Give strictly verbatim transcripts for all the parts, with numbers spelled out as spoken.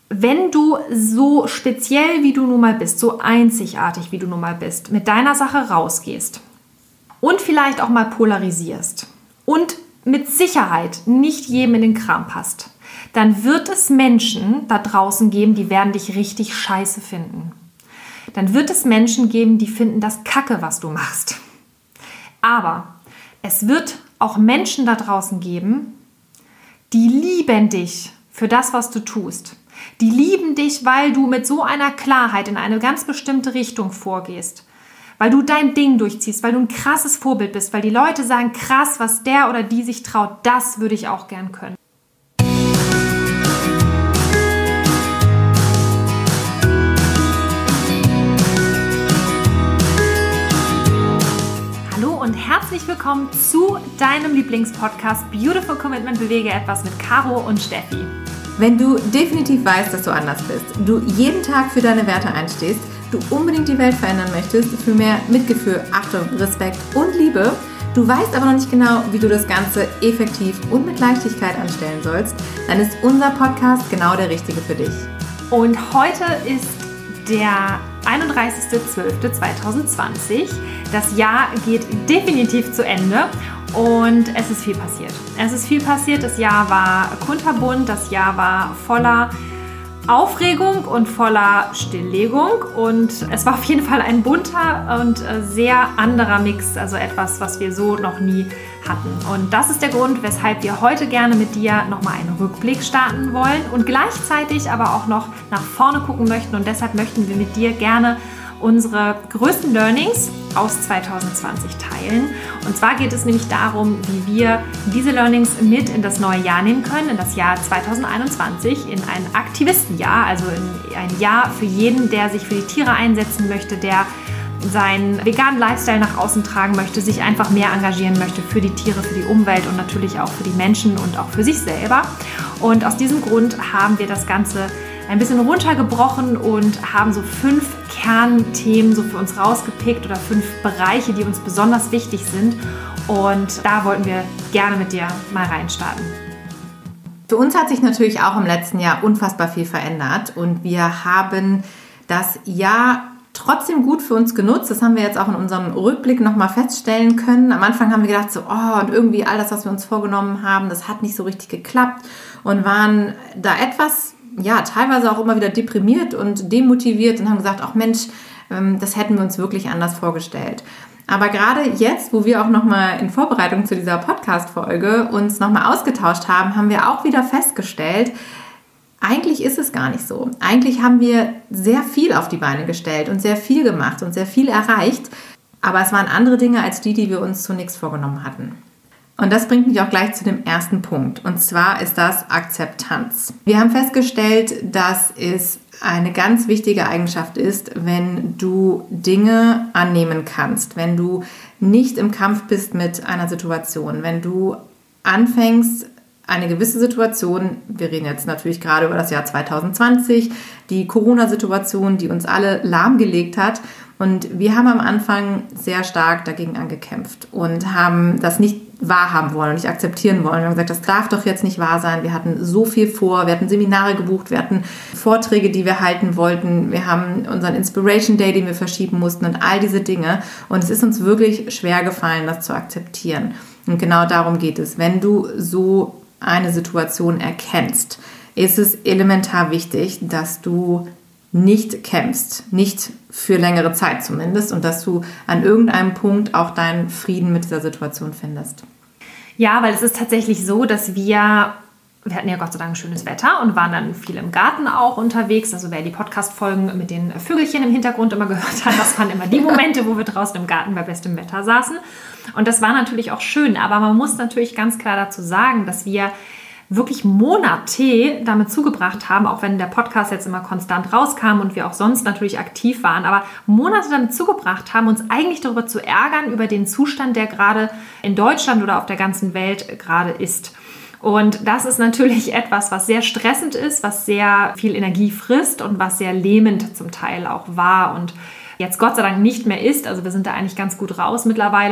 wenn du so speziell, wie du nun mal bist, so einzigartig, wie du nun mal bist, mit deiner Sache rausgehst und vielleicht auch mal polarisierst und mit Sicherheit nicht jedem in den Kram passt, dann wird es Menschen da draußen geben, die werden dich richtig scheiße finden. Dann wird es Menschen geben, die finden das Kacke, was du machst. Aber es wird auch Menschen da draußen geben, die lieben dich für das, was du tust. Die lieben dich, weil du mit so einer Klarheit in eine ganz bestimmte Richtung vorgehst. Weil du dein Ding durchziehst, weil du ein krasses Vorbild bist, weil die Leute sagen, krass, was der oder die sich traut, das würde ich auch gern können. Hallo und herzlich willkommen zu deinem Lieblingspodcast Beautiful Commitment, bewege etwas mit Caro und Steffi. Wenn du definitiv weißt, dass du anders bist, du jeden Tag für deine Werte einstehst, du unbedingt die Welt verändern möchtest, für mehr Mitgefühl, Achtung, Respekt und Liebe, du weißt aber noch nicht genau, wie du das Ganze effektiv und mit Leichtigkeit anstellen sollst, dann ist unser Podcast genau der richtige für dich. Und heute ist der einunddreißigster zwölfter zweitausendzwanzig. Das Jahr geht definitiv zu Ende. Und es ist viel passiert. Es ist viel passiert. Das Jahr war kunterbunt. Das Jahr war voller Aufregung und voller Stilllegung. Und es war auf jeden Fall ein bunter und sehr anderer Mix. Also etwas, was wir so noch nie hatten. Und das ist der Grund, weshalb wir heute gerne mit dir nochmal einen Rückblick starten wollen und gleichzeitig aber auch noch nach vorne gucken möchten. Und deshalb möchten wir mit dir gerne unsere größten Learnings aus zweitausendzwanzig teilen. Und zwar geht es nämlich darum, wie wir diese Learnings mit in das neue Jahr nehmen können, in das Jahr zweitausendeinundzwanzig, in ein Aktivistenjahr, also in ein Jahr für jeden, der sich für die Tiere einsetzen möchte, der seinen veganen Lifestyle nach außen tragen möchte, sich einfach mehr engagieren möchte für die Tiere, für die Umwelt und natürlich auch für die Menschen und auch für sich selber. Und aus diesem Grund haben wir das Ganze ein bisschen runtergebrochen und haben so fünf Kernthemen so für uns rausgepickt oder fünf Bereiche, die uns besonders wichtig sind. Und da wollten wir gerne mit dir mal reinstarten. Für uns hat sich natürlich auch im letzten Jahr unfassbar viel verändert und wir haben das Jahr trotzdem gut für uns genutzt. Das haben wir jetzt auch in unserem Rückblick nochmal feststellen können. Am Anfang haben wir gedacht, so, oh, und irgendwie all das, was wir uns vorgenommen haben, das hat nicht so richtig geklappt und waren da etwas, ja, teilweise auch immer wieder deprimiert und demotiviert und haben gesagt, ach Mensch, das hätten wir uns wirklich anders vorgestellt. Aber gerade jetzt, wo wir auch nochmal in Vorbereitung zu dieser Podcast-Folge uns nochmal ausgetauscht haben, haben wir auch wieder festgestellt, eigentlich ist es gar nicht so. Eigentlich haben wir sehr viel auf die Beine gestellt und sehr viel gemacht und sehr viel erreicht. Aber es waren andere Dinge als die, die wir uns zunächst vorgenommen hatten. Und das bringt mich auch gleich zu dem ersten Punkt. Und zwar ist das Akzeptanz. Wir haben festgestellt, dass es eine ganz wichtige Eigenschaft ist, wenn du Dinge annehmen kannst, wenn du nicht im Kampf bist mit einer Situation, wenn du anfängst, eine gewisse Situation, wir reden jetzt natürlich gerade über das Jahr zweitausendzwanzig, die Corona-Situation, die uns alle lahmgelegt hat. Und wir haben am Anfang sehr stark dagegen angekämpft und haben das nicht wahrhaben wollen und nicht akzeptieren wollen. Wir haben gesagt, das darf doch jetzt nicht wahr sein. Wir hatten so viel vor, wir hatten Seminare gebucht, wir hatten Vorträge, die wir halten wollten. Wir haben unseren Inspiration Day, den wir verschieben mussten und all diese Dinge. Und es ist uns wirklich schwer gefallen, das zu akzeptieren. Und genau darum geht es. Wenn du so eine Situation erkennst, ist es elementar wichtig, dass du nicht kämpfst, nicht für längere Zeit zumindest, und dass du an irgendeinem Punkt auch deinen Frieden mit dieser Situation findest. Ja, weil es ist tatsächlich so, dass wir, wir hatten ja Gott sei Dank schönes Wetter und waren dann viel im Garten auch unterwegs. Also wer die Podcast-Folgen mit den Vögelchen im Hintergrund immer gehört hat, das waren immer die Momente, wo wir draußen im Garten bei bestem Wetter saßen. Und das war natürlich auch schön, aber man muss natürlich ganz klar dazu sagen, dass wir wirklich Monate damit zugebracht haben, auch wenn der Podcast jetzt immer konstant rauskam und wir auch sonst natürlich aktiv waren, aber Monate damit zugebracht haben, uns eigentlich darüber zu ärgern, über den Zustand, der gerade in Deutschland oder auf der ganzen Welt gerade ist. Und das ist natürlich etwas, was sehr stressend ist, was sehr viel Energie frisst und was sehr lähmend zum Teil auch war und jetzt Gott sei Dank nicht mehr ist. Also wir sind da eigentlich ganz gut raus mittlerweile.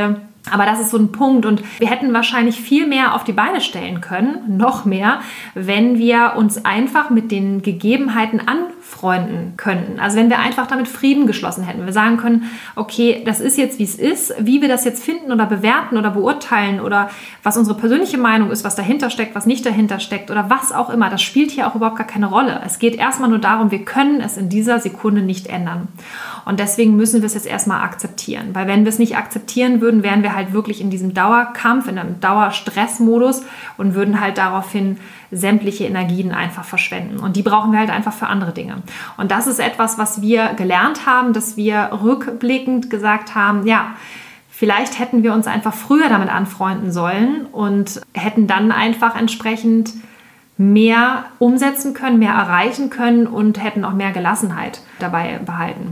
Aber das ist so ein Punkt und wir hätten wahrscheinlich viel mehr auf die Beine stellen können, noch mehr, wenn wir uns einfach mit den Gegebenheiten anfreunden könnten. Also wenn wir einfach damit Frieden geschlossen hätten. Wir sagen können, okay, das ist jetzt, wie es ist. Wie wir das jetzt finden oder bewerten oder beurteilen oder was unsere persönliche Meinung ist, was dahinter steckt, was nicht dahinter steckt oder was auch immer, das spielt hier auch überhaupt gar keine Rolle. Es geht erstmal nur darum, wir können es in dieser Sekunde nicht ändern. Und deswegen müssen wir es jetzt erstmal akzeptieren. Weil wenn wir es nicht akzeptieren würden, wären wir halt wirklich in diesem Dauerkampf, in einem Dauerstressmodus und würden halt daraufhin sämtliche Energien einfach verschwenden. Und die brauchen wir halt einfach für andere Dinge. Und das ist etwas, was wir gelernt haben, dass wir rückblickend gesagt haben, ja, vielleicht hätten wir uns einfach früher damit anfreunden sollen und hätten dann einfach entsprechend mehr umsetzen können, mehr erreichen können und hätten auch mehr Gelassenheit dabei behalten.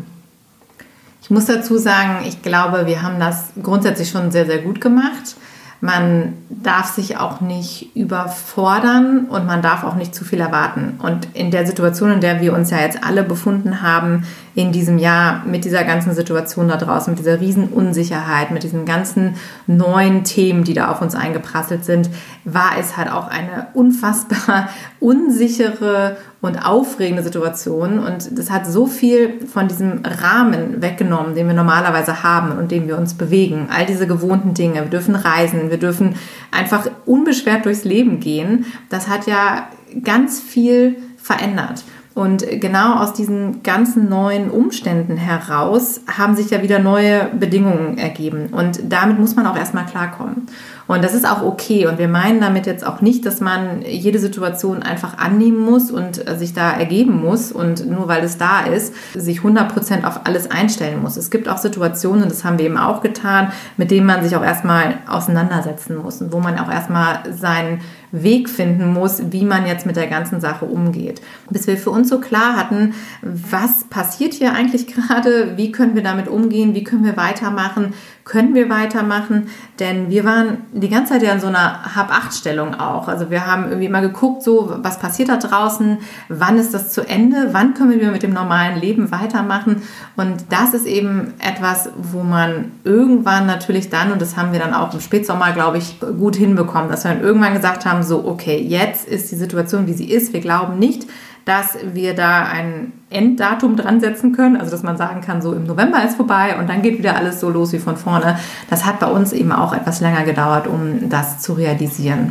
Ich muss dazu sagen, ich glaube, wir haben das grundsätzlich schon sehr, sehr gut gemacht. Man darf sich auch nicht überfordern und man darf auch nicht zu viel erwarten. Und in der Situation, in der wir uns ja jetzt alle befunden haben, in diesem Jahr mit dieser ganzen Situation da draußen, mit dieser riesen Unsicherheit, mit diesen ganzen neuen Themen, die da auf uns eingeprasselt sind, war es halt auch eine unfassbar unsichere und aufregende Situation. Und das hat so viel von diesem Rahmen weggenommen, den wir normalerweise haben und den wir uns bewegen. All diese gewohnten Dinge. Wir dürfen reisen, wir dürfen einfach unbeschwert durchs Leben gehen. Das hat ja ganz viel verändert. Und genau aus diesen ganzen neuen Umständen heraus haben sich ja wieder neue Bedingungen ergeben. Und damit muss man auch erstmal klarkommen. Und das ist auch okay. Und wir meinen damit jetzt auch nicht, dass man jede Situation einfach annehmen muss und sich da ergeben muss und nur weil es da ist, sich hundert Prozent auf alles einstellen muss. Es gibt auch Situationen, das haben wir eben auch getan, mit denen man sich auch erstmal auseinandersetzen muss und wo man auch erstmal seinen Weg finden muss, wie man jetzt mit der ganzen Sache umgeht. Bis wir für uns so klar hatten, was passiert hier eigentlich gerade, wie können wir damit umgehen, wie können wir weitermachen, können wir weitermachen, denn wir waren die ganze Zeit ja in so einer Hab-Acht-Stellung auch. Also wir haben irgendwie mal geguckt, so was passiert da draußen, wann ist das zu Ende, wann können wir mit dem normalen Leben weitermachen und das ist eben etwas, wo man irgendwann natürlich dann, und das haben wir dann auch im Spätsommer, glaube ich, gut hinbekommen, dass wir dann irgendwann gesagt haben, so okay, jetzt ist die Situation, wie sie ist, wir glauben nicht, dass wir da ein Enddatum dran setzen können, also dass man sagen kann, so im November ist vorbei und dann geht wieder alles so los wie von vorne. Das hat bei uns eben auch etwas länger gedauert, um das zu realisieren.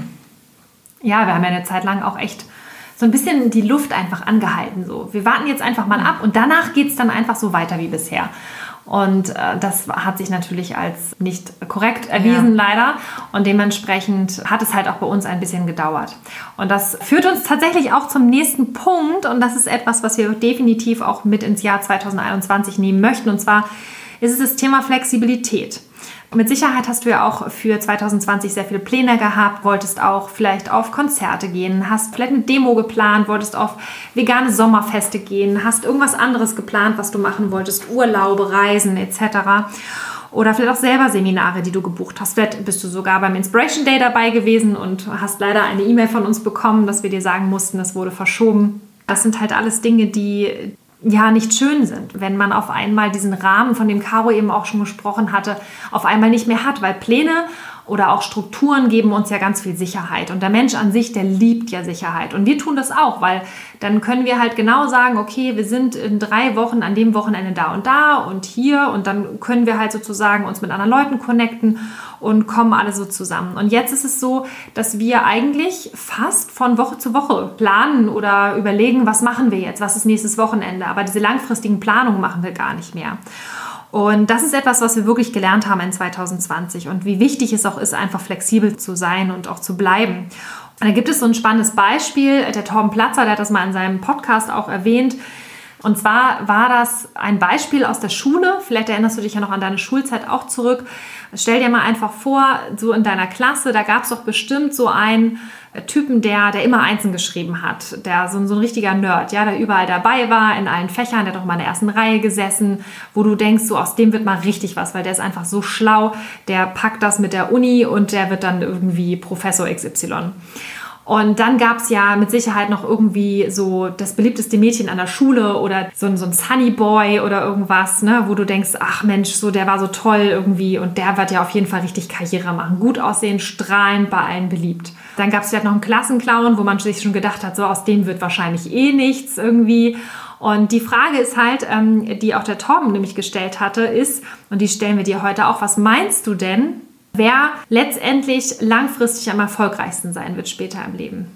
Ja, wir haben ja eine Zeit lang auch echt so ein bisschen die Luft einfach angehalten. So. Wir warten jetzt einfach mal ab und danach geht es dann einfach so weiter wie bisher. Und äh, das hat sich natürlich als nicht korrekt erwiesen, ja. leider. Und dementsprechend hat es halt auch bei uns ein bisschen gedauert. Und das führt uns tatsächlich auch zum nächsten Punkt. Und das ist etwas, was wir definitiv auch mit ins Jahr zwanzig einundzwanzig nehmen möchten. Und zwar ist es das Thema Flexibilität. Mit Sicherheit hast du ja auch für zwanzig zwanzig sehr viele Pläne gehabt, wolltest auch vielleicht auf Konzerte gehen, hast vielleicht eine Demo geplant, wolltest auf vegane Sommerfeste gehen, hast irgendwas anderes geplant, was du machen wolltest, Urlaube, Reisen et cetera. Oder vielleicht auch selber Seminare, die du gebucht hast. Vielleicht bist du sogar beim Inspiration Day dabei gewesen und hast leider eine E-Mail von uns bekommen, dass wir dir sagen mussten, das wurde verschoben. Das sind halt alles Dinge, die ja nicht schön sind, wenn man auf einmal diesen Rahmen, von dem Caro eben auch schon gesprochen hatte, auf einmal nicht mehr hat, weil Pläne oder auch Strukturen geben uns ja ganz viel Sicherheit und der Mensch an sich, der liebt ja Sicherheit und wir tun das auch, weil dann können wir halt genau sagen, okay, wir sind in drei Wochen an dem Wochenende da und da und hier und dann können wir halt sozusagen uns mit anderen Leuten connecten und kommen alle so zusammen. Und jetzt ist es so, dass wir eigentlich fast von Woche zu Woche planen oder überlegen, was machen wir jetzt, was ist nächstes Wochenende, aber diese langfristigen Planungen machen wir gar nicht mehr. Und das ist etwas, was wir wirklich gelernt haben in zwanzig zwanzig und wie wichtig es auch ist, einfach flexibel zu sein und auch zu bleiben. Und da gibt es so ein spannendes Beispiel, der Torben Platzer, der hat das mal in seinem Podcast auch erwähnt. Und zwar war das ein Beispiel aus der Schule, vielleicht erinnerst du dich ja noch an deine Schulzeit auch zurück. Stell dir mal einfach vor, so in deiner Klasse, da gab es doch bestimmt so einen Typen, der, der immer Einsen geschrieben hat, der so, so ein richtiger Nerd, ja, der überall dabei war, in allen Fächern, der hat doch mal in der ersten Reihe gesessen, wo du denkst, so aus dem wird mal richtig was, weil der ist einfach so schlau, der packt das mit der Uni und der wird dann irgendwie Professor X Y. Und dann gab es ja mit Sicherheit noch irgendwie so das beliebteste Mädchen an der Schule oder so ein, so ein Sunny Boy oder irgendwas, ne, wo du denkst, ach Mensch, so der war so toll irgendwie und der wird ja auf jeden Fall richtig Karriere machen. Gut aussehen, strahlend, bei allen beliebt. Dann gab es vielleicht noch einen Klassenclown, wo man sich schon gedacht hat, so aus dem wird wahrscheinlich eh nichts irgendwie. Und die Frage ist halt, ähm, die auch der Torben nämlich gestellt hatte, ist, und die stellen wir dir heute auch, was meinst du denn, wer letztendlich langfristig am erfolgreichsten sein wird später im Leben?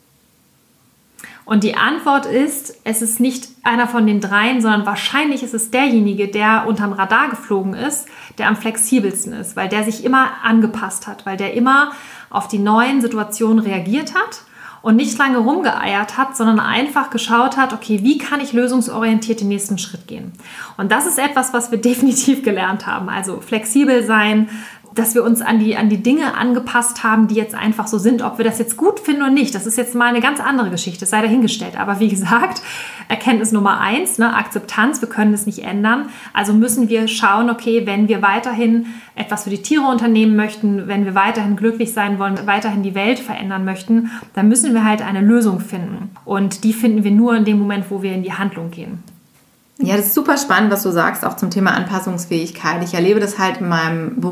Und die Antwort ist, es ist nicht einer von den dreien, sondern wahrscheinlich ist es derjenige, der unterm Radar geflogen ist, der am flexibelsten ist, weil der sich immer angepasst hat, weil der immer auf die neuen Situationen reagiert hat und nicht lange rumgeeiert hat, sondern einfach geschaut hat, okay, wie kann ich lösungsorientiert den nächsten Schritt gehen? Und das ist etwas, was wir definitiv gelernt haben. Also flexibel sein, dass wir uns an die, an die Dinge angepasst haben, die jetzt einfach so sind. Ob wir das jetzt gut finden oder nicht, das ist jetzt mal eine ganz andere Geschichte, sei dahingestellt. Aber wie gesagt, Erkenntnis Nummer eins, ne, Akzeptanz, wir können es nicht ändern. Also müssen wir schauen, okay, wenn wir weiterhin etwas für die Tiere unternehmen möchten, wenn wir weiterhin glücklich sein wollen, weiterhin die Welt verändern möchten, dann müssen wir halt eine Lösung finden. Und die finden wir nur in dem Moment, wo wir in die Handlung gehen. Ja, das ist super spannend, was du sagst, auch zum Thema Anpassungsfähigkeit. Ich erlebe das halt in meinem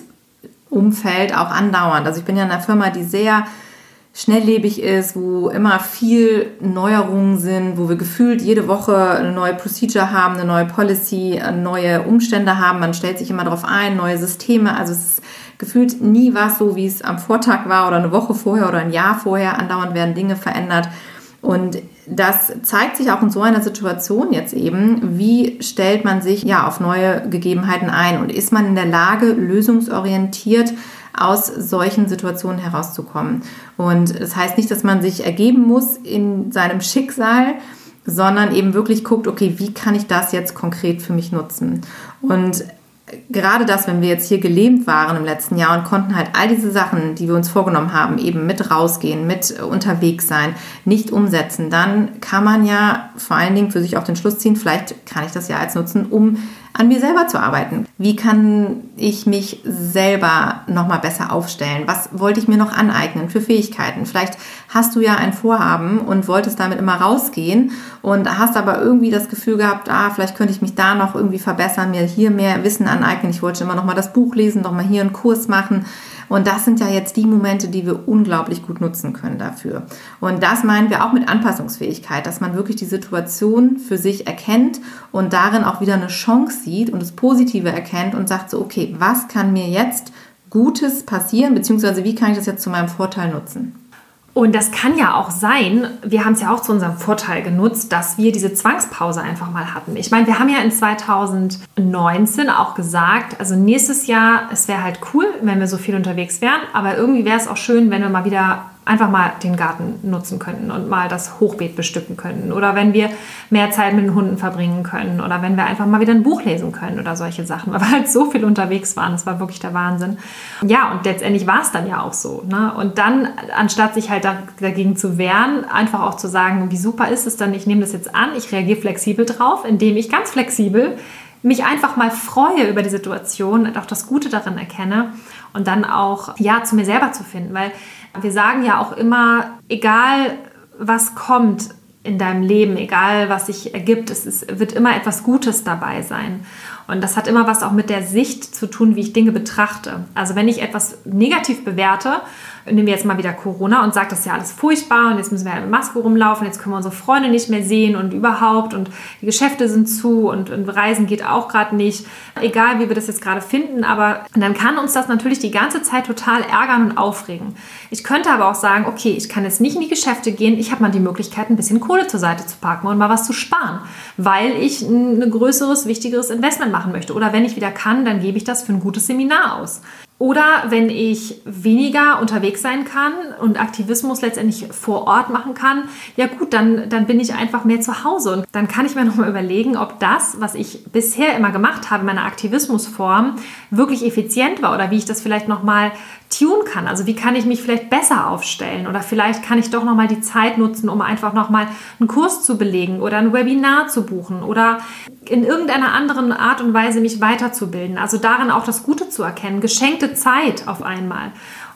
Berufsumfeld auch andauernd. Also ich bin ja in einer Firma, die sehr schnelllebig ist, wo immer viel Neuerungen sind, wo wir gefühlt jede Woche eine neue Procedure haben, eine neue Policy, neue Umstände haben. Man stellt sich immer darauf ein, neue Systeme. Also es ist gefühlt nie was so, wie es am Vortag war oder eine Woche vorher oder ein Jahr vorher. Andauernd werden Dinge verändert. Und das zeigt sich auch in so einer Situation jetzt eben, wie stellt man sich ja auf neue Gegebenheiten ein und ist man in der Lage, lösungsorientiert aus solchen Situationen herauszukommen. Und das heißt nicht, dass man sich ergeben muss in seinem Schicksal, sondern eben wirklich guckt, okay, wie kann ich das jetzt konkret für mich nutzen? Und gerade das, wenn wir jetzt hier gelähmt waren im letzten Jahr und konnten halt all diese Sachen, die wir uns vorgenommen haben, eben mit rausgehen, mit unterwegs sein, nicht umsetzen, dann kann man ja vor allen Dingen für sich auch den Schluss ziehen, vielleicht kann ich das ja als nutzen, um an mir selber zu arbeiten. Wie kann ich mich selber nochmal besser aufstellen? Was wollte ich mir noch aneignen für Fähigkeiten? Vielleicht hast du ja ein Vorhaben und wolltest damit immer rausgehen und hast aber irgendwie das Gefühl gehabt, ah, vielleicht könnte ich mich da noch irgendwie verbessern, mir hier mehr Wissen aneignen. Ich wollte immer noch mal das Buch lesen, noch mal hier einen Kurs machen. Und das sind ja jetzt die Momente, die wir unglaublich gut nutzen können dafür. Und das meinen wir auch mit Anpassungsfähigkeit, dass man wirklich die Situation für sich erkennt und darin auch wieder eine Chance sieht und das Positive erkennt und sagt so, okay, was kann mir jetzt Gutes passieren, beziehungsweise wie kann ich das jetzt zu meinem Vorteil nutzen? Und das kann ja auch sein, wir haben es ja auch zu unserem Vorteil genutzt, dass wir diese Zwangspause einfach mal hatten. Ich meine, wir haben ja in zwanzig neunzehn auch gesagt, also nächstes Jahr, es wäre halt cool, wenn wir so viel unterwegs wären, aber irgendwie wäre es auch schön, wenn wir mal wieder einfach mal den Garten nutzen könnten und mal das Hochbeet bestücken könnten oder wenn wir mehr Zeit mit den Hunden verbringen können oder wenn wir einfach mal wieder ein Buch lesen können oder solche Sachen, weil wir halt so viel unterwegs waren, das war wirklich der Wahnsinn. Ja, und letztendlich war es dann ja auch so, ne? Und dann, anstatt sich halt dagegen zu wehren, einfach auch zu sagen, wie super ist es dann, ich nehme das jetzt an, ich reagiere flexibel drauf, indem ich ganz flexibel mich einfach mal freue über die Situation und auch das Gute darin erkenne und dann auch ja zu mir selber zu finden, weil wir sagen ja auch immer, egal was kommt in deinem Leben, egal was sich ergibt, es ist, wird immer etwas Gutes dabei sein. Und das hat immer was auch mit der Sicht zu tun, wie ich Dinge betrachte. Also wenn ich etwas negativ bewerte, nehmen wir jetzt mal wieder Corona und sage, das ist ja alles furchtbar und jetzt müssen wir mit Maske rumlaufen, jetzt können wir unsere Freunde nicht mehr sehen und überhaupt und die Geschäfte sind zu und, und Reisen geht auch gerade nicht. Egal, wie wir das jetzt gerade finden, aber dann kann uns das natürlich die ganze Zeit total ärgern und aufregen. Ich könnte aber auch sagen, okay, ich kann jetzt nicht in die Geschäfte gehen, ich habe mal die Möglichkeit, ein bisschen Kohle zur Seite zu packen und mal was zu sparen, weil ich ein größeres, wichtigeres Investment machen möchte. Oder wenn ich wieder kann, dann gebe ich das für ein gutes Seminar aus. Oder wenn ich weniger unterwegs sein kann und Aktivismus letztendlich vor Ort machen kann, ja gut, dann, dann bin ich einfach mehr zu Hause. Und dann kann ich mir nochmal überlegen, ob das, was ich bisher immer gemacht habe, meine Aktivismusform, wirklich effizient war oder wie ich das vielleicht nochmal tun kann. Also wie kann ich mich vielleicht besser aufstellen oder vielleicht kann ich doch nochmal die Zeit nutzen, um einfach nochmal einen Kurs zu belegen oder ein Webinar zu buchen oder in irgendeiner anderen Art und Weise mich weiterzubilden. Also darin auch das Gute zu erkennen, geschenkte Zeit auf einmal.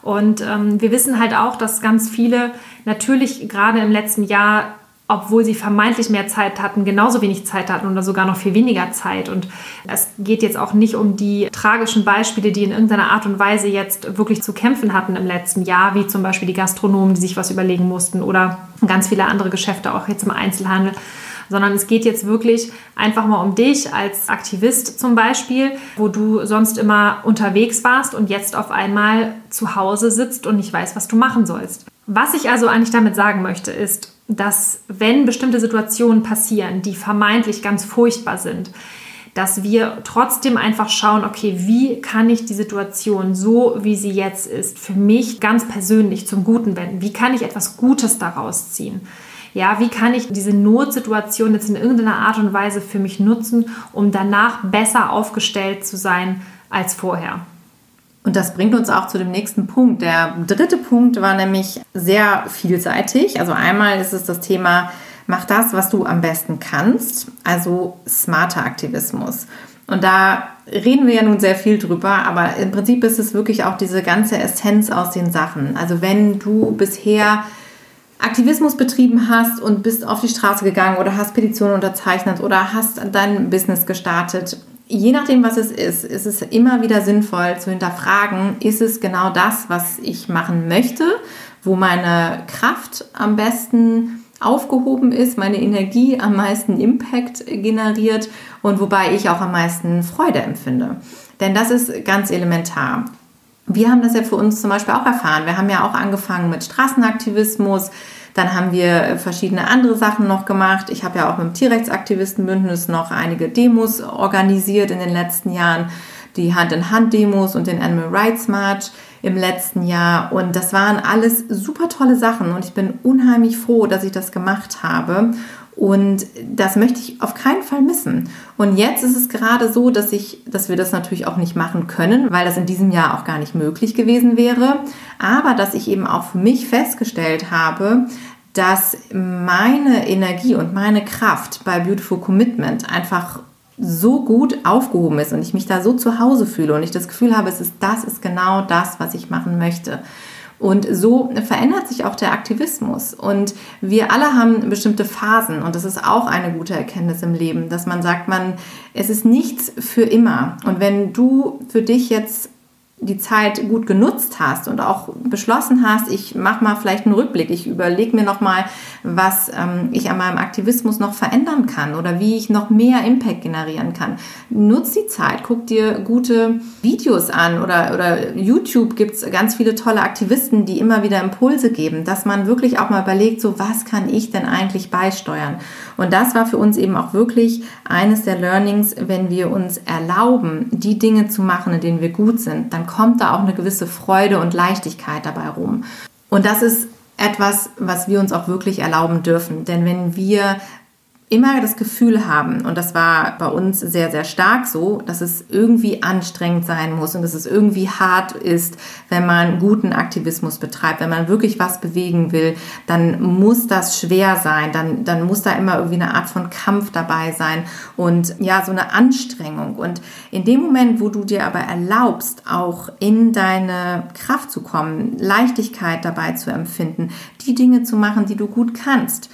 Und ähm, wir wissen halt auch, dass ganz viele natürlich gerade im letzten Jahr, obwohl sie vermeintlich mehr Zeit hatten, genauso wenig Zeit hatten oder sogar noch viel weniger Zeit. Und es geht jetzt auch nicht um die tragischen Beispiele, die in irgendeiner Art und Weise jetzt wirklich zu kämpfen hatten im letzten Jahr, wie zum Beispiel die Gastronomen, die sich was überlegen mussten oder ganz viele andere Geschäfte, auch jetzt im Einzelhandel. Sondern es geht jetzt wirklich einfach mal um dich als Aktivist zum Beispiel, wo du sonst immer unterwegs warst und jetzt auf einmal zu Hause sitzt und nicht weißt, was du machen sollst. Was ich also eigentlich damit sagen möchte, ist, dass wenn bestimmte Situationen passieren, die vermeintlich ganz furchtbar sind, dass wir trotzdem einfach schauen, okay, wie kann ich die Situation so, wie sie jetzt ist, für mich ganz persönlich zum Guten wenden? Wie kann ich etwas Gutes daraus ziehen? Ja, wie kann ich diese Notsituation jetzt in irgendeiner Art und Weise für mich nutzen, um danach besser aufgestellt zu sein als vorher? Und das bringt uns auch zu dem nächsten Punkt. Der dritte Punkt war nämlich sehr vielseitig. Also einmal ist es das Thema, mach das, was du am besten kannst, also smarter Aktivismus. Und da reden wir ja nun sehr viel drüber, aber im Prinzip ist es wirklich auch diese ganze Essenz aus den Sachen. Also wenn du bisher Aktivismus betrieben hast und bist auf die Straße gegangen oder hast Petitionen unterzeichnet oder hast dein Business gestartet, je nachdem, was es ist, ist es immer wieder sinnvoll zu hinterfragen, ist es genau das, was ich machen möchte, wo meine Kraft am besten aufgehoben ist, meine Energie am meisten Impact generiert und wobei ich auch am meisten Freude empfinde. Denn das ist ganz elementar. Wir haben das ja für uns zum Beispiel auch erfahren. Wir haben ja auch angefangen mit Straßenaktivismus. Dann haben wir verschiedene andere Sachen noch gemacht. Ich habe ja auch mit dem Tierrechtsaktivistenbündnis noch einige Demos organisiert in den letzten Jahren. Die Hand-in-Hand-Demos und den Animal Rights March im letzten Jahr. Und das waren alles super tolle Sachen. Und ich bin unheimlich froh, dass ich das gemacht habe. Und das möchte ich auf keinen Fall missen. Und jetzt ist es gerade so, dass ich, dass wir das natürlich auch nicht machen können, weil das in diesem Jahr auch gar nicht möglich gewesen wäre. Aber dass ich eben auch für mich festgestellt habe, dass meine Energie und meine Kraft bei Beautiful Commitment einfach so gut aufgehoben ist und ich mich da so zu Hause fühle und ich das Gefühl habe, es ist, das ist genau das, was ich machen möchte. Und so verändert sich auch der Aktivismus. Und wir alle haben bestimmte Phasen. Und das ist auch eine gute Erkenntnis im Leben, dass man sagt, man, es ist nichts für immer. Und wenn du für dich jetzt die Zeit gut genutzt hast und auch beschlossen hast, ich mache mal vielleicht einen Rückblick, ich überlege mir nochmal, was ähm, ich an meinem Aktivismus noch verändern kann oder wie ich noch mehr Impact generieren kann. Nutz die Zeit, guck dir gute Videos an oder, oder YouTube gibt es ganz viele tolle Aktivisten, die immer wieder Impulse geben, dass man wirklich auch mal überlegt, so was kann ich denn eigentlich beisteuern? Und das war für uns eben auch wirklich eines der Learnings, wenn wir uns erlauben, die Dinge zu machen, in denen wir gut sind, dann kommt da auch eine gewisse Freude und Leichtigkeit dabei rum. Und das ist etwas, was wir uns auch wirklich erlauben dürfen. Denn wenn wir immer das Gefühl haben, und das war bei uns sehr, sehr stark so, dass es irgendwie anstrengend sein muss und dass es irgendwie hart ist, wenn man guten Aktivismus betreibt, wenn man wirklich was bewegen will, dann muss das schwer sein, dann, dann muss da immer irgendwie eine Art von Kampf dabei sein und ja, so eine Anstrengung. Und in dem Moment, wo du dir aber erlaubst, auch in deine Kraft zu kommen, Leichtigkeit dabei zu empfinden, die Dinge zu machen, die du gut kannst,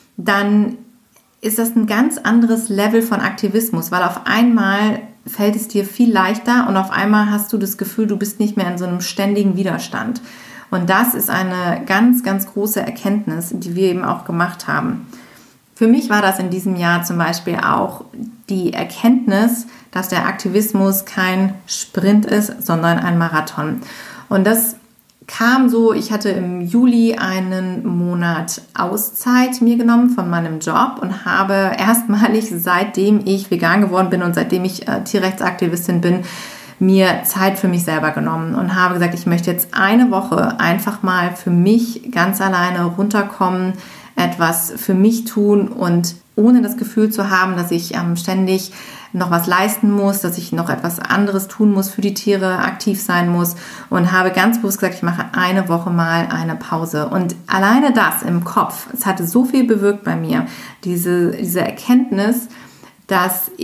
dann ist das ein ganz anderes Level von Aktivismus, weil auf einmal fällt es dir viel leichter und auf einmal hast du das Gefühl, du bist nicht mehr in so einem ständigen Widerstand. Und das ist eine ganz, ganz große Erkenntnis, die wir eben auch gemacht haben. Für mich war das in diesem Jahr zum Beispiel auch die Erkenntnis, dass der Aktivismus kein Sprint ist, sondern ein Marathon. Und das kam so, ich hatte im Juli einen Monat Auszeit mir genommen von meinem Job und habe erstmalig, seitdem ich vegan geworden bin und seitdem ich äh, Tierrechtsaktivistin bin, mir Zeit für mich selber genommen und habe gesagt, ich möchte jetzt eine Woche einfach mal für mich ganz alleine runterkommen, etwas für mich tun und ohne das Gefühl zu haben, dass ich ähm, ständig noch was leisten muss, dass ich noch etwas anderes tun muss für die Tiere, aktiv sein muss und habe ganz bewusst gesagt, ich mache eine Woche mal eine Pause. Und alleine das im Kopf, es hatte so viel bewirkt bei mir, diese, diese Erkenntnis, dass ich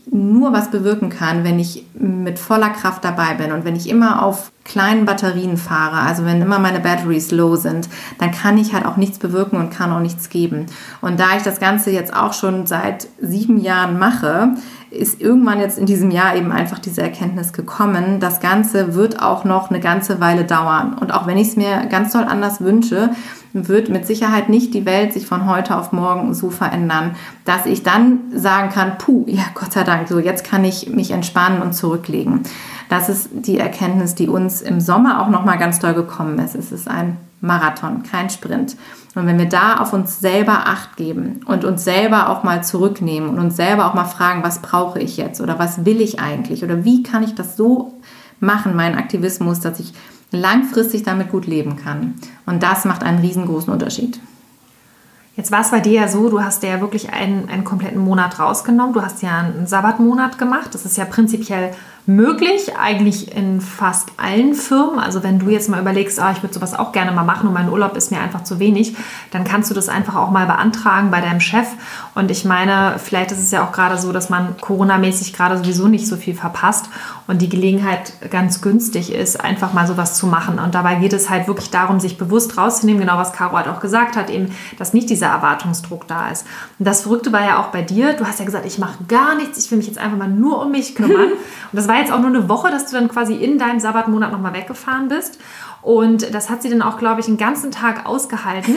nur was bewirken kann, wenn ich mit voller Kraft dabei bin und wenn ich immer auf kleinen Batterien fahre, also wenn immer meine Batteries low sind, dann kann ich halt auch nichts bewirken und kann auch nichts geben. Und da ich das Ganze jetzt auch schon seit sieben Jahren mache, ist irgendwann jetzt in diesem Jahr eben einfach diese Erkenntnis gekommen, das Ganze wird auch noch eine ganze Weile dauern. Und auch wenn ich es mir ganz doll anders wünsche, wird mit Sicherheit nicht die Welt sich von heute auf morgen so verändern, dass ich dann sagen kann, puh, ja Gott sei Dank, so jetzt kann ich mich entspannen und zurücklegen. Das ist die Erkenntnis, die uns im Sommer auch nochmal ganz doll gekommen ist. Es ist ein Marathon, kein Sprint. Und wenn wir da auf uns selber Acht geben und uns selber auch mal zurücknehmen und uns selber auch mal fragen, was brauche ich jetzt oder was will ich eigentlich oder wie kann ich das so machen, meinen Aktivismus, dass ich langfristig damit gut leben kann. Und das macht einen riesengroßen Unterschied. Jetzt war es bei dir ja so, du hast dir ja wirklich einen, einen kompletten Monat rausgenommen. Du hast ja einen Sabbatmonat gemacht. Das ist ja prinzipiell möglich, eigentlich in fast allen Firmen. Also wenn du jetzt mal überlegst, ah, ich würde sowas auch gerne mal machen und mein Urlaub ist mir einfach zu wenig, dann kannst du das einfach auch mal beantragen bei deinem Chef. Und ich meine, vielleicht ist es ja auch gerade so, dass man Corona-mäßig gerade sowieso nicht so viel verpasst und die Gelegenheit ganz günstig ist, einfach mal sowas zu machen. Und dabei geht es halt wirklich darum, sich bewusst rauszunehmen, genau was Caro halt auch gesagt hat, eben, dass nicht dieser Erwartungsdruck da ist. Und das Verrückte war ja auch bei dir, du hast ja gesagt, ich mache gar nichts, ich will mich jetzt einfach mal nur um mich kümmern. Und das war jetzt auch nur eine Woche, dass du dann quasi in deinem Sabbatmonat nochmal weggefahren bist. Und das hat sie dann auch, glaube ich, einen ganzen Tag ausgehalten.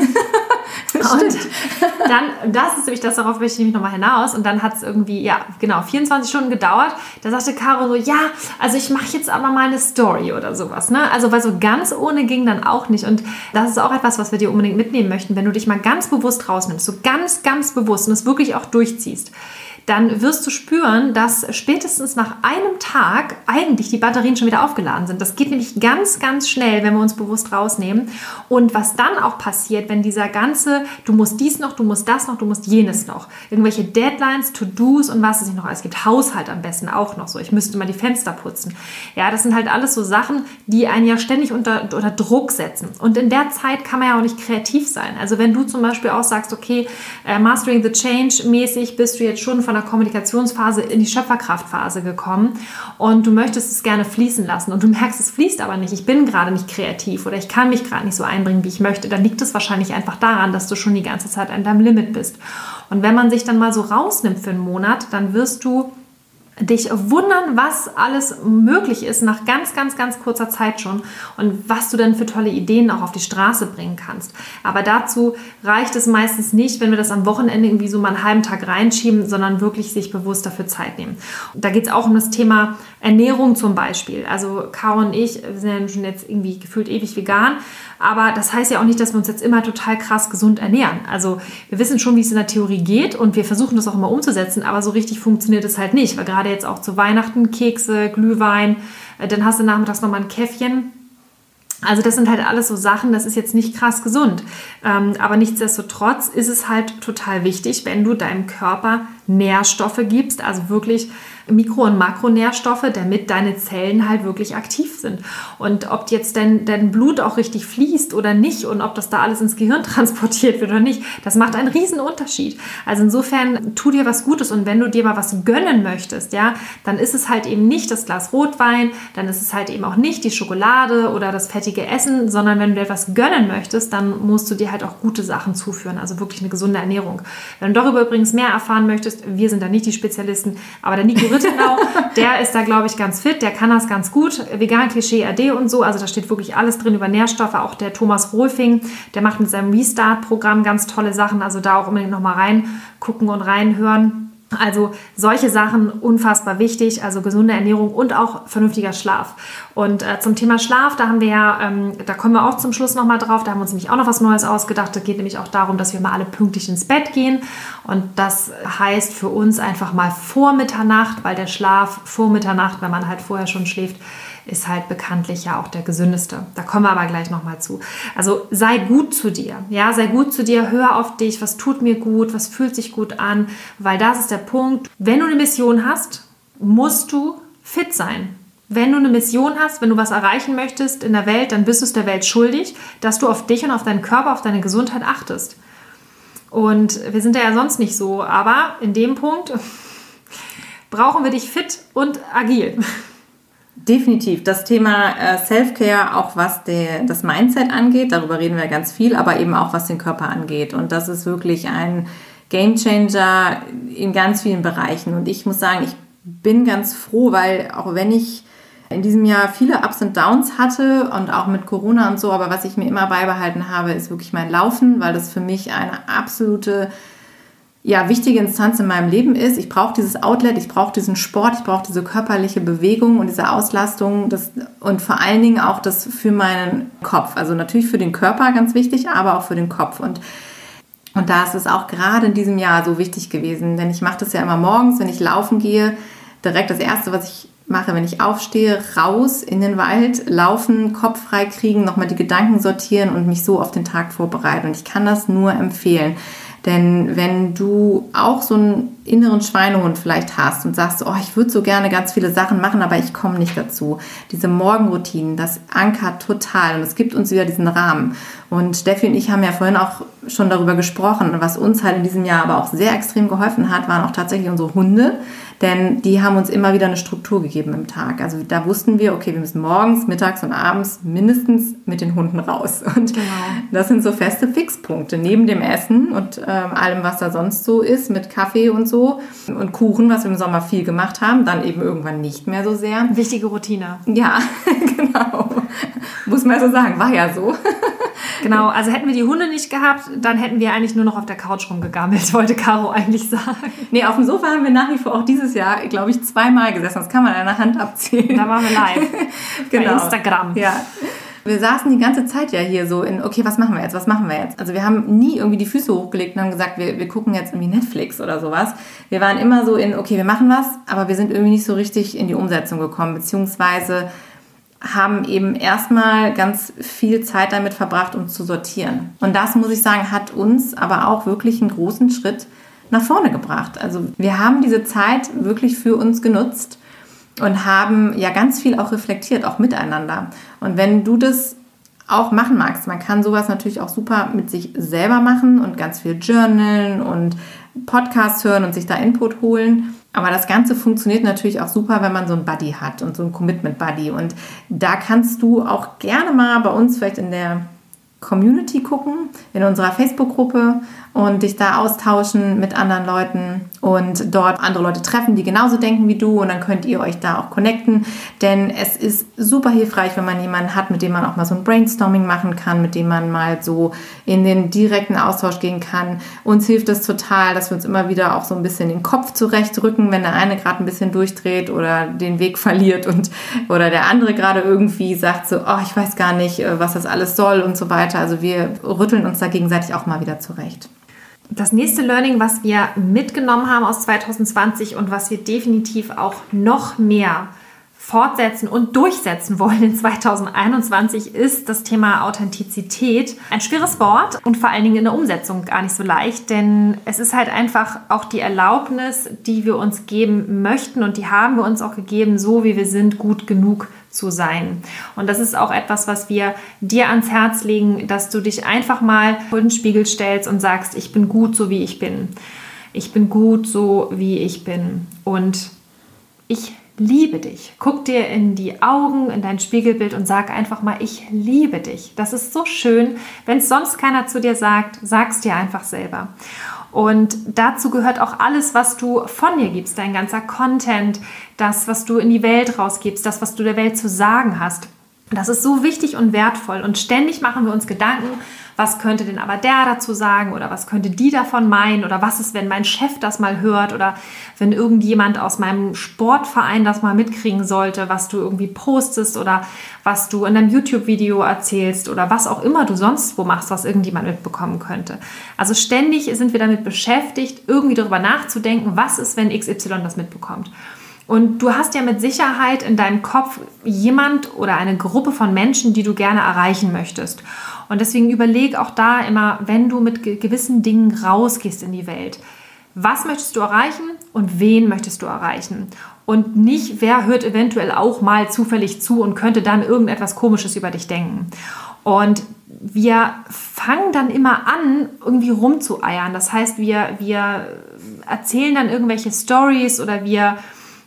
Und dann, das ist nämlich das, darauf möchte ich nämlich nochmal hinaus. Und dann hat es irgendwie, ja, genau, vierundzwanzig Stunden gedauert. Da sagte Caro so, ja, also ich mache jetzt aber mal eine Story oder sowas. Ne? Also, weil so ganz ohne ging dann auch nicht. Und das ist auch etwas, was wir dir unbedingt mitnehmen möchten. Wenn du dich mal ganz bewusst rausnimmst, so ganz, ganz bewusst und es wirklich auch durchziehst, dann wirst du spüren, dass spätestens nach einem Tag eigentlich die Batterien schon wieder aufgeladen sind. Das geht nämlich ganz, ganz schnell, wenn wir uns bewusst rausnehmen. Und was dann auch passiert, wenn dieser ganze, du musst dies noch, du musst das noch, du musst jenes noch, irgendwelche Deadlines, To-Dos und was es nicht noch alles gibt, Haushalt am besten auch noch so, ich müsste mal die Fenster putzen. Ja, das sind halt alles so Sachen, die einen ja ständig unter, unter Druck setzen. Und in der Zeit kann man ja auch nicht kreativ sein. Also wenn du zum Beispiel auch sagst, okay, äh, Mastering the Change mäßig bist du jetzt schon von der Kommunikationsphase in die Schöpferkraftphase gekommen und du möchtest es gerne fließen lassen und du merkst, es fließt aber nicht, ich bin gerade nicht kreativ oder ich kann mich gerade nicht so einbringen, wie ich möchte, dann liegt es wahrscheinlich einfach daran, dass du schon die ganze Zeit an deinem Limit bist. Und wenn man sich dann mal so rausnimmt für einen Monat, dann wirst du dich wundern, was alles möglich ist nach ganz, ganz, ganz kurzer Zeit schon und was du dann für tolle Ideen auch auf die Straße bringen kannst. Aber dazu reicht es meistens nicht, wenn wir das am Wochenende irgendwie so mal einen halben Tag reinschieben, sondern wirklich sich bewusst dafür Zeit nehmen. Und da geht es auch um das Thema Ernährung zum Beispiel. Also Caro und ich sind ja schon jetzt irgendwie gefühlt ewig vegan, aber das heißt ja auch nicht, dass wir uns jetzt immer total krass gesund ernähren. Also wir wissen schon, wie es in der Theorie geht und wir versuchen das auch immer umzusetzen, aber so richtig funktioniert es halt nicht, weil gerade jetzt auch zu Weihnachten Kekse, Glühwein, dann hast du nachmittags nochmal ein Käffchen. Also das sind halt alles so Sachen, das ist jetzt nicht krass gesund. Ähm, aber nichtsdestotrotz ist es halt total wichtig, wenn du deinem Körper Nährstoffe gibst, also wirklich Mikro- und Makronährstoffe, damit deine Zellen halt wirklich aktiv sind. Und ob jetzt dein, dein Blut auch richtig fließt oder nicht und ob das da alles ins Gehirn transportiert wird oder nicht, das macht einen riesen Unterschied. Also insofern tu dir was Gutes und wenn du dir mal was gönnen möchtest, ja, dann ist es halt eben nicht das Glas Rotwein, dann ist es halt eben auch nicht die Schokolade oder das fettige Essen, sondern wenn du dir etwas gönnen möchtest, dann musst du dir halt auch gute Sachen zuführen, also wirklich eine gesunde Ernährung. Wenn du darüber übrigens mehr erfahren möchtest, wir sind da nicht die Spezialisten, aber der Nico Rittenau, der ist da, glaube ich, ganz fit, der kann das ganz gut, Vegan Klischee A D und so, also da steht wirklich alles drin über Nährstoffe, auch der Thomas Rolfing, der macht mit seinem Restart-Programm ganz tolle Sachen, also da auch unbedingt nochmal reingucken und reinhören. Also solche Sachen unfassbar wichtig, also gesunde Ernährung und auch vernünftiger Schlaf. Und äh, zum Thema Schlaf, da haben wir ja, ähm, da kommen wir auch zum Schluss nochmal drauf, da haben wir uns nämlich auch noch was Neues ausgedacht. Da geht nämlich auch darum, dass wir mal alle pünktlich ins Bett gehen. Und das heißt für uns einfach mal vor Mitternacht, weil der Schlaf vor Mitternacht, wenn man halt vorher schon schläft, ist halt bekanntlich ja auch der gesündeste. Da kommen wir aber gleich nochmal zu. Also sei gut zu dir. Ja, sei gut zu dir, hör auf dich, was tut mir gut, was fühlt sich gut an, weil das ist der Punkt. Wenn du eine Mission hast, musst du fit sein. Wenn du eine Mission hast, wenn du was erreichen möchtest in der Welt, dann bist du es der Welt schuldig, dass du auf dich und auf deinen Körper, auf deine Gesundheit achtest. Und wir sind da ja sonst nicht so, aber in dem Punkt brauchen wir dich fit und agil. Definitiv. Das Thema Self-Care, auch was der, das Mindset angeht, darüber reden wir ganz viel, aber eben auch was den Körper angeht. Und das ist wirklich ein Gamechanger in ganz vielen Bereichen. Und ich muss sagen, ich bin ganz froh, weil auch wenn ich in diesem Jahr viele Ups und Downs hatte und auch mit Corona und so, aber was ich mir immer beibehalten habe, ist wirklich mein Laufen, weil das für mich eine absolute ja, wichtige Instanz in meinem Leben ist. Ich brauche dieses Outlet, ich brauche diesen Sport, ich brauche diese körperliche Bewegung und diese Auslastung das, und vor allen Dingen auch das für meinen Kopf. Also natürlich für den Körper ganz wichtig, aber auch für den Kopf. Und, und da ist es auch gerade in diesem Jahr so wichtig gewesen, denn ich mache das ja immer morgens, wenn ich laufen gehe, direkt das Erste, was ich mache, wenn ich aufstehe, raus in den Wald, laufen, Kopf frei kriegen, nochmal die Gedanken sortieren und mich so auf den Tag vorbereiten. Und ich kann das nur empfehlen. Denn wenn du auch so einen inneren Schweinehund vielleicht hast und sagst, oh, ich würde so gerne ganz viele Sachen machen, aber ich komme nicht dazu. Diese Morgenroutinen, das ankert total und es gibt uns wieder diesen Rahmen. Und Steffi und ich haben ja vorhin auch schon darüber gesprochen, was uns halt in diesem Jahr aber auch sehr extrem geholfen hat, waren auch tatsächlich unsere Hunde, denn die haben uns immer wieder eine Struktur gegeben im Tag. Also da wussten wir, okay, wir müssen morgens, mittags und abends mindestens mit den Hunden raus. Und genau. Das sind so feste Fixpunkte neben dem Essen und ähm, allem, was da sonst so ist, mit Kaffee und so und Kuchen, was wir im Sommer viel gemacht haben, dann eben irgendwann nicht mehr so sehr. Wichtige Routine. Ja, genau. Muss man so sagen, war ja so. Genau, also hätten wir die Hunde nicht gehabt, dann hätten wir eigentlich nur noch auf der Couch rumgegammelt, wollte Caro eigentlich sagen. Nee, auf dem Sofa haben wir nach wie vor auch dieses Jahr, glaube ich, zweimal gesessen. Das kann man an einer Hand abzählen. Da waren wir live. Genau. Bei Instagram. Ja. Wir saßen die ganze Zeit ja hier so in, okay, was machen wir jetzt, was machen wir jetzt? Also wir haben nie irgendwie die Füße hochgelegt und haben gesagt, wir, wir gucken jetzt irgendwie Netflix oder sowas. Wir waren immer so in, okay, wir machen was, aber wir sind irgendwie nicht so richtig in die Umsetzung gekommen, beziehungsweise haben eben erstmal ganz viel Zeit damit verbracht, um zu sortieren. Und das, muss ich sagen, hat uns aber auch wirklich einen großen Schritt nach vorne gebracht. Also wir haben diese Zeit wirklich für uns genutzt und haben ja ganz viel auch reflektiert, auch miteinander. Und wenn du das auch machen magst, man kann sowas natürlich auch super mit sich selber machen und ganz viel journalen und Podcasts hören und sich da Input holen. Aber das Ganze funktioniert natürlich auch super, wenn man so einen Buddy hat und so einen Commitment-Buddy. Und da kannst du auch gerne mal bei uns vielleicht in der Community gucken, in unserer Facebook-Gruppe und dich da austauschen mit anderen Leuten und dort andere Leute treffen, die genauso denken wie du, und dann könnt ihr euch da auch connecten, denn es ist super hilfreich, wenn man jemanden hat, mit dem man auch mal so ein Brainstorming machen kann, mit dem man mal so in den direkten Austausch gehen kann. Uns hilft es total, dass wir uns immer wieder auch so ein bisschen den Kopf zurechtrücken, wenn der eine gerade ein bisschen durchdreht oder den Weg verliert und oder der andere gerade irgendwie sagt so, oh, ich weiß gar nicht, was das alles soll und so weiter. Also wir rütteln uns da gegenseitig auch mal wieder zurecht. Das nächste Learning, was wir mitgenommen haben aus zwanzig zwanzig und was wir definitiv auch noch mehr fortsetzen und durchsetzen wollen in zwanzig einundzwanzig, ist das Thema Authentizität. Ein schweres Wort und vor allen Dingen in der Umsetzung gar nicht so leicht, denn es ist halt einfach auch die Erlaubnis, die wir uns geben möchten, und die haben wir uns auch gegeben, so wie wir sind, gut genug zu sein. Und das ist auch etwas, was wir dir ans Herz legen, dass du dich einfach mal vor den Spiegel stellst und sagst, ich bin gut, so wie ich bin. Ich bin gut, so wie ich bin. Und ich liebe dich. Guck dir in die Augen, in dein Spiegelbild und sag einfach mal, ich liebe dich. Das ist so schön. Wenn es sonst keiner zu dir sagt, sag's dir einfach selber. Und dazu gehört auch alles, was du von dir gibst, dein ganzer Content, das, was du in die Welt rausgibst, das, was du der Welt zu sagen hast. Das ist so wichtig und wertvoll. Und ständig machen wir uns Gedanken, was könnte denn aber der dazu sagen oder was könnte die davon meinen oder was ist, wenn mein Chef das mal hört oder wenn irgendjemand aus meinem Sportverein das mal mitkriegen sollte, was du irgendwie postest oder was du in einem YouTube-Video erzählst oder was auch immer du sonst wo machst, was irgendjemand mitbekommen könnte. Also ständig sind wir damit beschäftigt, irgendwie darüber nachzudenken, was ist, wenn X Y das mitbekommt. Und du hast ja mit Sicherheit in deinem Kopf jemand oder eine Gruppe von Menschen, die du gerne erreichen möchtest. Und deswegen überleg auch da immer, wenn du mit gewissen Dingen rausgehst in die Welt, was möchtest du erreichen und wen möchtest du erreichen? Und nicht, wer hört eventuell auch mal zufällig zu und könnte dann irgendetwas Komisches über dich denken. Und wir fangen dann immer an, irgendwie rumzueiern. Das heißt, wir, wir erzählen dann irgendwelche Stories oder wir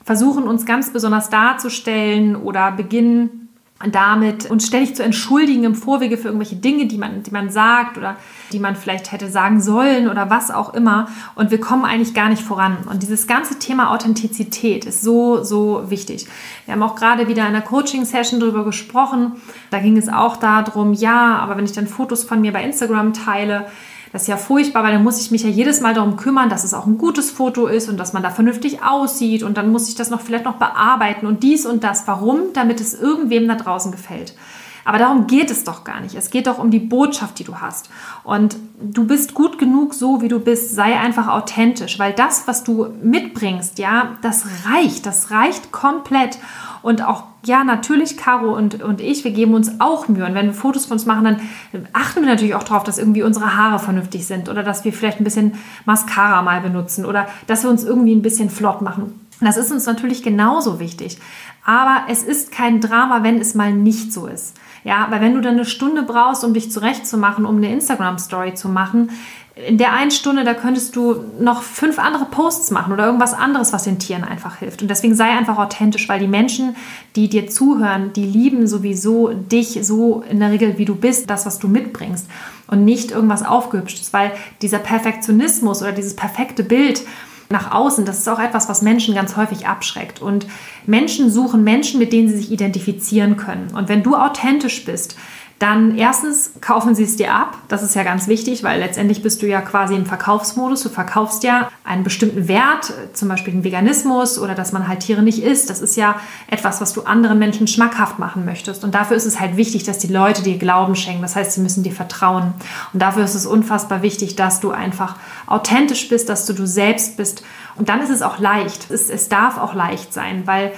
versuchen uns ganz besonders darzustellen oder beginnen damit uns ständig zu entschuldigen im Vorwege für irgendwelche Dinge, die man, die man sagt oder die man vielleicht hätte sagen sollen oder was auch immer. Und wir kommen eigentlich gar nicht voran. Und dieses ganze Thema Authentizität ist so, so wichtig. Wir haben auch gerade wieder in einer Coaching-Session darüber gesprochen. Da ging es auch darum, ja, aber wenn ich dann Fotos von mir bei Instagram teile, das ist ja furchtbar, weil dann muss ich mich ja jedes Mal darum kümmern, dass es auch ein gutes Foto ist und dass man da vernünftig aussieht und dann muss ich das noch vielleicht noch bearbeiten und dies und das. Warum? Damit es irgendwem da draußen gefällt. Aber darum geht es doch gar nicht. Es geht doch um die Botschaft, die du hast. Und du bist gut genug, so wie du bist. Sei einfach authentisch, weil das, was du mitbringst, ja, das reicht. Das reicht komplett. Und auch, ja, natürlich, Caro und, und ich, wir geben uns auch Mühe. Und wenn wir Fotos von uns machen, dann achten wir natürlich auch darauf, dass irgendwie unsere Haare vernünftig sind oder dass wir vielleicht ein bisschen Mascara mal benutzen oder dass wir uns irgendwie ein bisschen flott machen. Das ist uns natürlich genauso wichtig. Aber es ist kein Drama, wenn es mal nicht so ist. Ja, weil wenn du dann eine Stunde brauchst, um dich zurechtzumachen, um eine Instagram-Story zu machen, in der einen Stunde, da könntest du noch fünf andere Posts machen oder irgendwas anderes, was den Tieren einfach hilft. Und deswegen sei einfach authentisch, weil die Menschen, die dir zuhören, die lieben sowieso dich so in der Regel, wie du bist, das, was du mitbringst und nicht irgendwas Aufgehübschtes, weil dieser Perfektionismus oder dieses perfekte Bild nach außen, das ist auch etwas, was Menschen ganz häufig abschreckt. Und Menschen suchen Menschen, mit denen sie sich identifizieren können. Und wenn du authentisch bist, dann erstens kaufen sie es dir ab. Das ist ja ganz wichtig, weil letztendlich bist du ja quasi im Verkaufsmodus. Du verkaufst ja einen bestimmten Wert, zum Beispiel den Veganismus oder dass man halt Tiere nicht isst. Das ist ja etwas, was du anderen Menschen schmackhaft machen möchtest. Und dafür ist es halt wichtig, dass die Leute dir Glauben schenken. Das heißt, sie müssen dir vertrauen. Und dafür ist es unfassbar wichtig, dass du einfach authentisch bist, dass du du selbst bist. Und dann ist es auch leicht. Es, es darf auch leicht sein, weil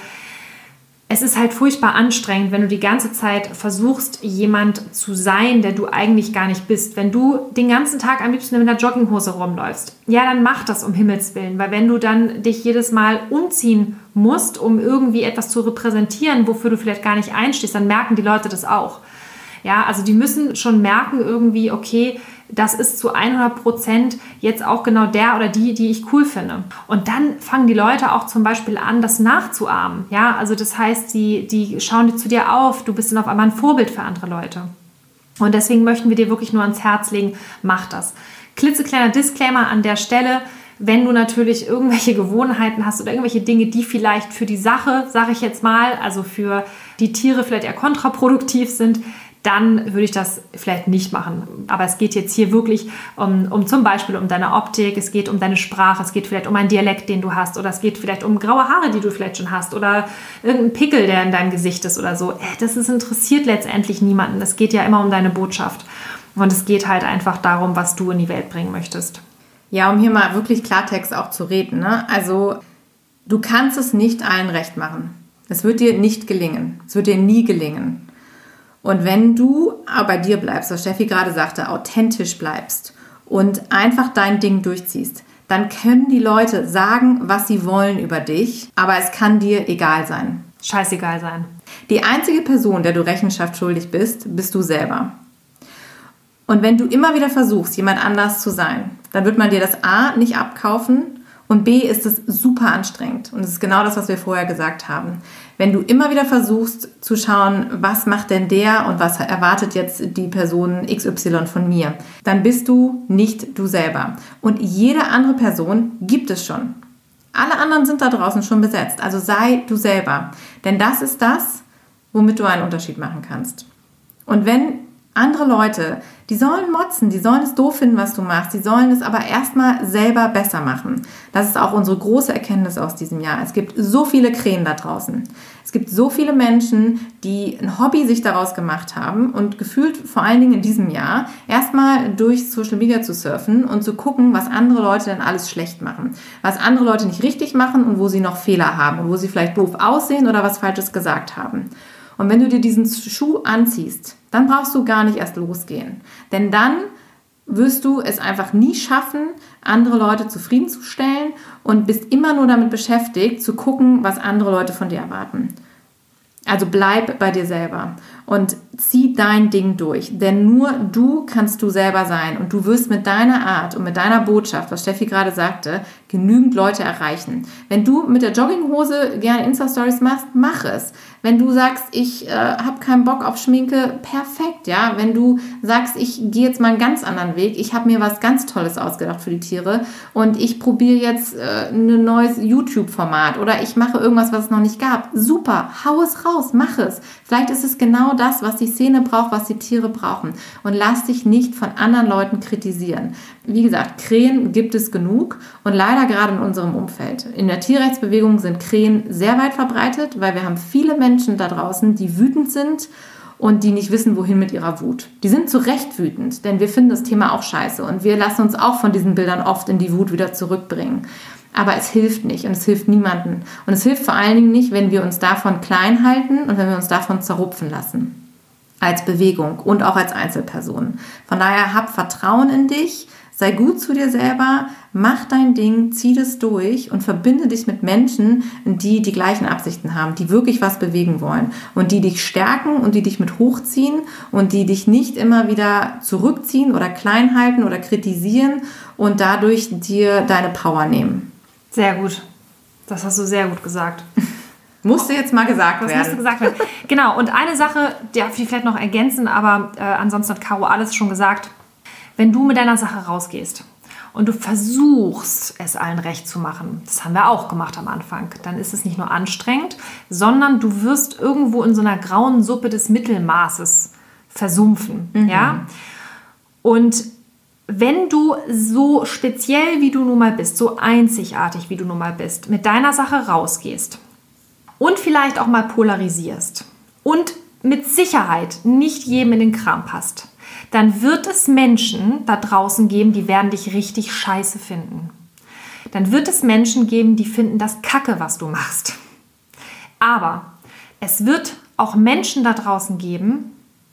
es ist halt furchtbar anstrengend, wenn du die ganze Zeit versuchst, jemand zu sein, der du eigentlich gar nicht bist. Wenn du den ganzen Tag am liebsten mit einer Jogginghose rumläufst, ja, dann mach das um Himmels Willen. Weil wenn du dann dich jedes Mal umziehen musst, um irgendwie etwas zu repräsentieren, wofür du vielleicht gar nicht einstehst, dann merken die Leute das auch. Ja, also die müssen schon merken irgendwie, okay, das ist zu hundert Prozent jetzt auch genau der oder die, die ich cool finde. Und dann fangen die Leute auch zum Beispiel an, das nachzuahmen. Ja, also das heißt, die, die schauen zu dir auf, du bist dann auf einmal ein Vorbild für andere Leute. Und deswegen möchten wir dir wirklich nur ans Herz legen, mach das. Klitzekleiner Disclaimer an der Stelle: Wenn du natürlich irgendwelche Gewohnheiten hast oder irgendwelche Dinge, die vielleicht für die Sache, sage ich jetzt mal, also für die Tiere vielleicht eher kontraproduktiv sind, dann würde ich das vielleicht nicht machen. Aber es geht jetzt hier wirklich um, um zum Beispiel um deine Optik, es geht um deine Sprache, es geht vielleicht um einen Dialekt, den du hast, oder es geht vielleicht um graue Haare, die du vielleicht schon hast, oder irgendein Pickel, der in deinem Gesicht ist oder so. Das ist, interessiert letztendlich niemanden. Es geht ja immer um deine Botschaft. Und es geht halt einfach darum, was du in die Welt bringen möchtest. Ja, um hier mal wirklich Klartext auch zu reden, ne? Also du kannst es nicht allen recht machen. Es wird dir nicht gelingen. Es wird dir nie gelingen. Und wenn du bei dir bleibst, was Steffi gerade sagte, authentisch bleibst und einfach dein Ding durchziehst, dann können die Leute sagen, was sie wollen über dich, aber es kann dir egal sein. Scheißegal sein. Die einzige Person, der du Rechenschaft schuldig bist, bist du selber. Und wenn du immer wieder versuchst, jemand anders zu sein, dann wird man dir das A nicht abkaufen und B ist es super anstrengend. Und das ist genau das, was wir vorher gesagt haben. Wenn du immer wieder versuchst zu schauen, was macht denn der und was erwartet jetzt die Person X Y von mir, dann bist du nicht du selber. Und jede andere Person gibt es schon. Alle anderen sind da draußen schon besetzt. Also sei du selber. Denn das ist das, womit du einen Unterschied machen kannst. Und wenn andere Leute, die sollen motzen, die sollen es doof finden, was du machst, die sollen es aber erstmal selber besser machen. Das ist auch unsere große Erkenntnis aus diesem Jahr. Es gibt so viele Krähen da draußen. Es gibt so viele Menschen, die ein Hobby sich daraus gemacht haben und gefühlt vor allen Dingen in diesem Jahr erstmal durch Social Media zu surfen und zu gucken, was andere Leute denn alles schlecht machen, was andere Leute nicht richtig machen und wo sie noch Fehler haben und wo sie vielleicht doof aussehen oder was Falsches gesagt haben. Und wenn du dir diesen Schuh anziehst, dann brauchst du gar nicht erst losgehen. Denn dann wirst du es einfach nie schaffen, andere Leute zufriedenzustellen und bist immer nur damit beschäftigt, zu gucken, was andere Leute von dir erwarten. Also bleib bei dir selber. Und zieh dein Ding durch, denn nur du kannst du selber sein und du wirst mit deiner Art und mit deiner Botschaft, was Steffi gerade sagte, genügend Leute erreichen. Wenn du mit der Jogginghose gerne Insta-Stories machst, mach es. Wenn du sagst, ich äh, habe keinen Bock auf Schminke, perfekt, ja. Wenn du sagst, ich gehe jetzt mal einen ganz anderen Weg, ich habe mir was ganz Tolles ausgedacht für die Tiere und ich probiere jetzt äh, ein neues YouTube-Format oder ich mache irgendwas, was es noch nicht gab, super, hau es raus, mach es. Vielleicht ist es genau das, was die Szene braucht, was die Tiere brauchen. Und lass dich nicht von anderen Leuten kritisieren. Wie gesagt, Krähen gibt es genug und leider gerade in unserem Umfeld. In der Tierrechtsbewegung sind Krähen sehr weit verbreitet, weil wir haben viele Menschen da draußen, die wütend sind und die nicht wissen, wohin mit ihrer Wut. Die sind zu Recht wütend, denn wir finden das Thema auch scheiße und wir lassen uns auch von diesen Bildern oft in die Wut wieder zurückbringen. Aber es hilft nicht und es hilft niemandem. Und es hilft vor allen Dingen nicht, wenn wir uns davon klein halten und wenn wir uns davon zerrupfen lassen. Als Bewegung und auch als Einzelperson. Von daher hab Vertrauen in dich, sei gut zu dir selber, mach dein Ding, zieh das durch und verbinde dich mit Menschen, die die gleichen Absichten haben, die wirklich was bewegen wollen und die dich stärken und die dich mit hochziehen und die dich nicht immer wieder zurückziehen oder klein halten oder kritisieren und dadurch dir deine Power nehmen. Sehr gut. Das hast du sehr gut gesagt. Musste jetzt mal gesagt das werden. Das musste gesagt werden. Genau, und eine Sache, die darf ich vielleicht noch ergänzen, aber äh, ansonsten hat Caro alles schon gesagt. Wenn du mit deiner Sache rausgehst und du versuchst, es allen recht zu machen, das haben wir auch gemacht am Anfang, dann ist es nicht nur anstrengend, sondern du wirst irgendwo in so einer grauen Suppe des Mittelmaßes versumpfen. Mhm. Ja? Und wenn du so speziell, wie du nun mal bist, so einzigartig, wie du nun mal bist, mit deiner Sache rausgehst und vielleicht auch mal polarisierst und mit Sicherheit nicht jedem in den Kram passt, dann wird es Menschen da draußen geben, die werden dich richtig scheiße finden. Dann wird es Menschen geben, die finden das Kacke, was du machst. Aber es wird auch Menschen da draußen geben,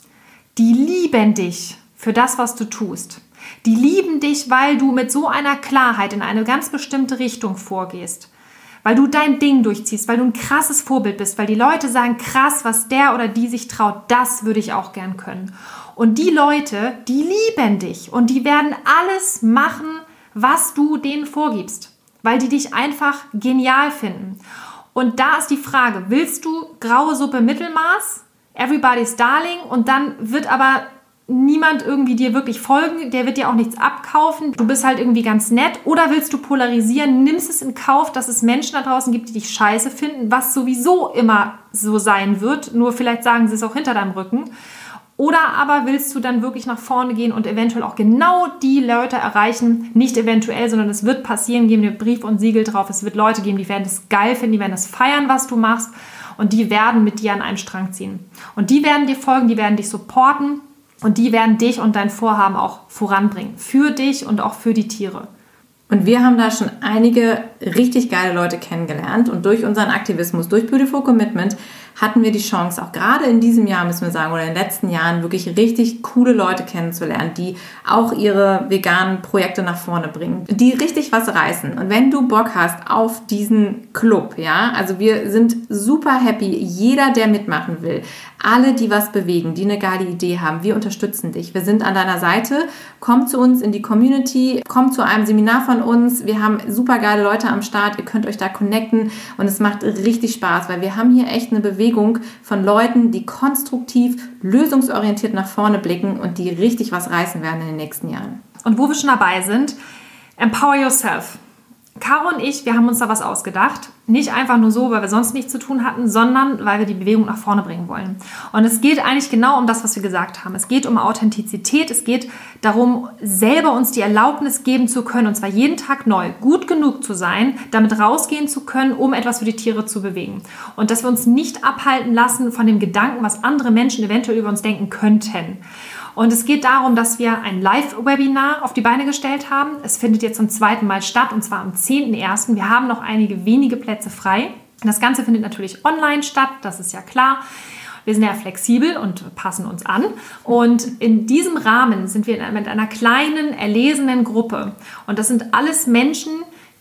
die lieben dich für das, was du tust. Die lieben dich, weil du mit so einer Klarheit in eine ganz bestimmte Richtung vorgehst. Weil du dein Ding durchziehst, weil du ein krasses Vorbild bist, weil die Leute sagen, krass, was der oder die sich traut, das würde ich auch gern können. Und die Leute, die lieben dich und die werden alles machen, was du denen vorgibst, weil die dich einfach genial finden. Und da ist die Frage, willst du graue Suppe Mittelmaß, everybody's darling und dann wird aber niemand irgendwie dir wirklich folgen, der wird dir auch nichts abkaufen, du bist halt irgendwie ganz nett, oder willst du polarisieren, nimmst es in Kauf, dass es Menschen da draußen gibt, die dich scheiße finden, was sowieso immer so sein wird, nur vielleicht sagen sie es auch hinter deinem Rücken, oder aber willst du dann wirklich nach vorne gehen und eventuell auch genau die Leute erreichen, nicht eventuell, sondern es wird passieren, geben dir Brief und Siegel drauf, es wird Leute geben, die werden das geil finden, die werden das feiern, was du machst und die werden mit dir an einen Strang ziehen und die werden dir folgen, die werden dich supporten. Und die werden dich und dein Vorhaben auch voranbringen. Für dich und auch für die Tiere. Und wir haben da schon einige richtig geile Leute kennengelernt. Und durch unseren Aktivismus, durch Beautiful Commitment, hatten wir die Chance, auch gerade in diesem Jahr, müssen wir sagen, oder in den letzten Jahren, wirklich richtig coole Leute kennenzulernen, die auch ihre veganen Projekte nach vorne bringen, die richtig was reißen. Und wenn du Bock hast auf diesen Club, ja, also wir sind super happy, jeder, der mitmachen will, alle, die was bewegen, die eine geile Idee haben, wir unterstützen dich. Wir sind an deiner Seite. Komm zu uns in die Community, komm zu einem Seminar von uns. Wir haben super geile Leute am Start. Ihr könnt euch da connecten und es macht richtig Spaß, weil wir haben hier echt eine Bewegung von Leuten, die konstruktiv, lösungsorientiert nach vorne blicken und die richtig was reißen werden in den nächsten Jahren. Und wo wir schon dabei sind, empower yourself. Caro und ich, wir haben uns da was ausgedacht. Nicht einfach nur so, weil wir sonst nichts zu tun hatten, sondern weil wir die Bewegung nach vorne bringen wollen. Und es geht eigentlich genau um das, was wir gesagt haben. Es geht um Authentizität. Es geht darum, selber uns die Erlaubnis geben zu können, und zwar jeden Tag neu, gut genug zu sein, damit rausgehen zu können, um etwas für die Tiere zu bewegen. Und dass wir uns nicht abhalten lassen von dem Gedanken, was andere Menschen eventuell über uns denken könnten. Und es geht darum, dass wir ein Live-Webinar auf die Beine gestellt haben. Es findet jetzt zum zweiten Mal statt, und zwar am zehnten ersten Wir haben noch einige wenige Plätze frei. Das Ganze findet natürlich online statt, das ist ja klar. Wir sind ja flexibel und passen uns an. Und in diesem Rahmen sind wir mit einer kleinen, erlesenen Gruppe. Und das sind alles Menschen,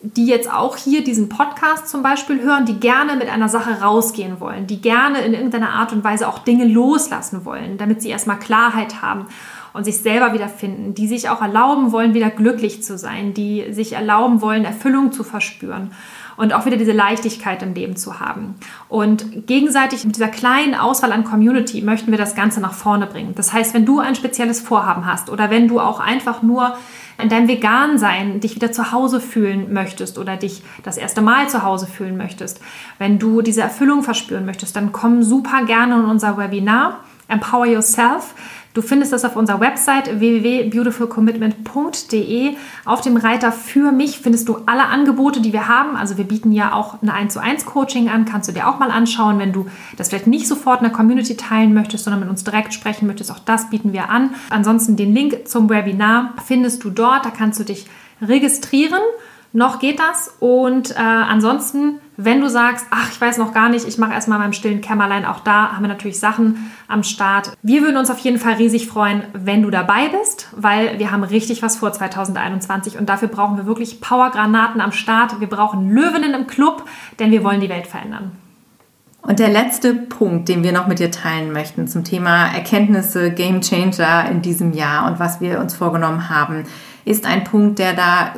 die jetzt auch hier diesen Podcast zum Beispiel hören, die gerne mit einer Sache rausgehen wollen, die gerne in irgendeiner Art und Weise auch Dinge loslassen wollen, damit sie erstmal Klarheit haben und sich selber wiederfinden, die sich auch erlauben wollen, wieder glücklich zu sein, die sich erlauben wollen, Erfüllung zu verspüren und auch wieder diese Leichtigkeit im Leben zu haben. Und gegenseitig mit dieser kleinen Auswahl an Community möchten wir das Ganze nach vorne bringen. Das heißt, wenn du ein spezielles Vorhaben hast oder wenn du auch einfach nur in deinem Vegan-Sein dich wieder zu Hause fühlen möchtest oder dich das erste Mal zu Hause fühlen möchtest, wenn du diese Erfüllung verspüren möchtest, dann komm super gerne in unser Webinar Empower Yourself. Du findest das auf unserer Website w w w punkt beautiful commitment punkt d e. Auf dem Reiter für mich findest du alle Angebote, die wir haben. Also wir bieten ja auch ein eins zu eins Coaching an, kannst du dir auch mal anschauen, wenn du das vielleicht nicht sofort in der Community teilen möchtest, sondern mit uns direkt sprechen möchtest. Auch das bieten wir an. Ansonsten den Link zum Webinar findest du dort, da kannst du dich registrieren. Noch geht das und äh, ansonsten, wenn du sagst, ach, ich weiß noch gar nicht, ich mache erstmal meinem stillen Kämmerlein, auch da haben wir natürlich Sachen am Start. Wir würden uns auf jeden Fall riesig freuen, wenn du dabei bist, weil wir haben richtig was vor zwanzig einundzwanzig und dafür brauchen wir wirklich Powergranaten am Start. Wir brauchen Löwinnen im Club, denn wir wollen die Welt verändern. Und der letzte Punkt, den wir noch mit dir teilen möchten zum Thema Erkenntnisse, Game Changer in diesem Jahr und was wir uns vorgenommen haben, ist ein Punkt, der da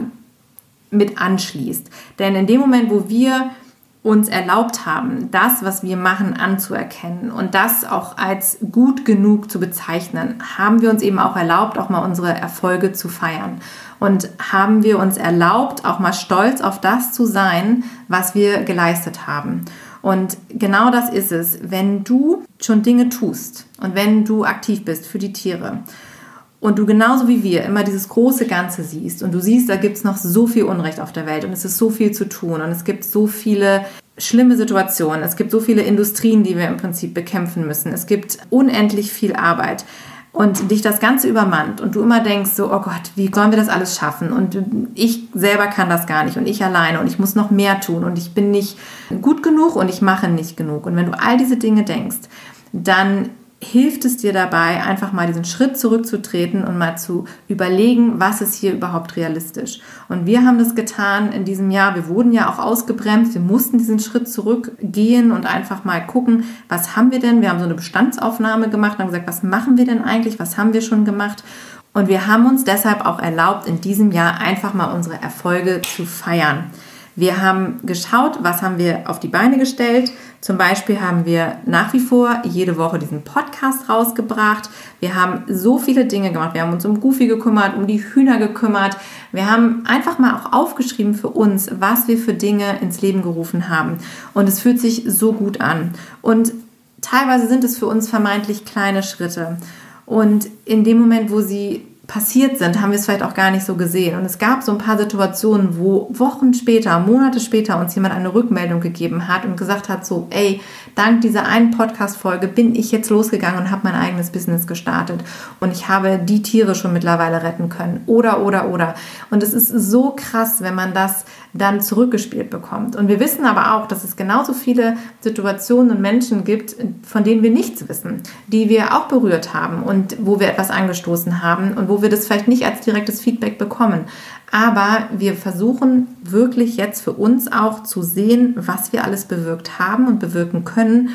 mit anschließt. Denn in dem Moment, wo wir uns erlaubt haben, das, was wir machen, anzuerkennen und das auch als gut genug zu bezeichnen, haben wir uns eben auch erlaubt, auch mal unsere Erfolge zu feiern. Und haben wir uns erlaubt, auch mal stolz auf das zu sein, was wir geleistet haben. Und genau das ist es, wenn du schon Dinge tust und wenn du aktiv bist für die Tiere und du genauso wie wir immer dieses große Ganze siehst und du siehst, da gibt es noch so viel Unrecht auf der Welt und es ist so viel zu tun und es gibt so viele schlimme Situationen, es gibt so viele Industrien, die wir im Prinzip bekämpfen müssen, es gibt unendlich viel Arbeit und dich das Ganze übermannt und du immer denkst so, oh Gott, wie sollen wir das alles schaffen und ich selber kann das gar nicht und ich alleine und ich muss noch mehr tun und ich bin nicht gut genug und ich mache nicht genug. Und wenn du all diese Dinge denkst, dann hilft es dir dabei, einfach mal diesen Schritt zurückzutreten und mal zu überlegen, was ist hier überhaupt realistisch. Und wir haben das getan in diesem Jahr. Wir wurden ja auch ausgebremst. Wir mussten diesen Schritt zurückgehen und einfach mal gucken, was haben wir denn? Wir haben so eine Bestandsaufnahme gemacht und haben gesagt, was machen wir denn eigentlich? Was haben wir schon gemacht? Und wir haben uns deshalb auch erlaubt, in diesem Jahr einfach mal unsere Erfolge zu feiern. Wir haben geschaut, was haben wir auf die Beine gestellt. Zum Beispiel haben wir nach wie vor jede Woche diesen Podcast rausgebracht. Wir haben so viele Dinge gemacht. Wir haben uns um Goofy gekümmert, um die Hühner gekümmert. Wir haben einfach mal auch aufgeschrieben für uns, was wir für Dinge ins Leben gerufen haben. Und es fühlt sich so gut an. Und teilweise sind es für uns vermeintlich kleine Schritte. Und in dem Moment, wo sie passiert sind, haben wir es vielleicht auch gar nicht so gesehen. Und es gab so ein paar Situationen, wo Wochen später, Monate später uns jemand eine Rückmeldung gegeben hat und gesagt hat, so, ey, dank dieser einen Podcast-Folge bin ich jetzt losgegangen und habe mein eigenes Business gestartet und ich habe die Tiere schon mittlerweile retten können. Oder, oder, oder. Und es ist so krass, wenn man das dann zurückgespielt bekommt. Und wir wissen aber auch, dass es genauso viele Situationen und Menschen gibt, von denen wir nichts wissen, die wir auch berührt haben und wo wir etwas angestoßen haben und wo wir das vielleicht nicht als direktes Feedback bekommen. Aber wir versuchen wirklich jetzt für uns auch zu sehen, was wir alles bewirkt haben und bewirken können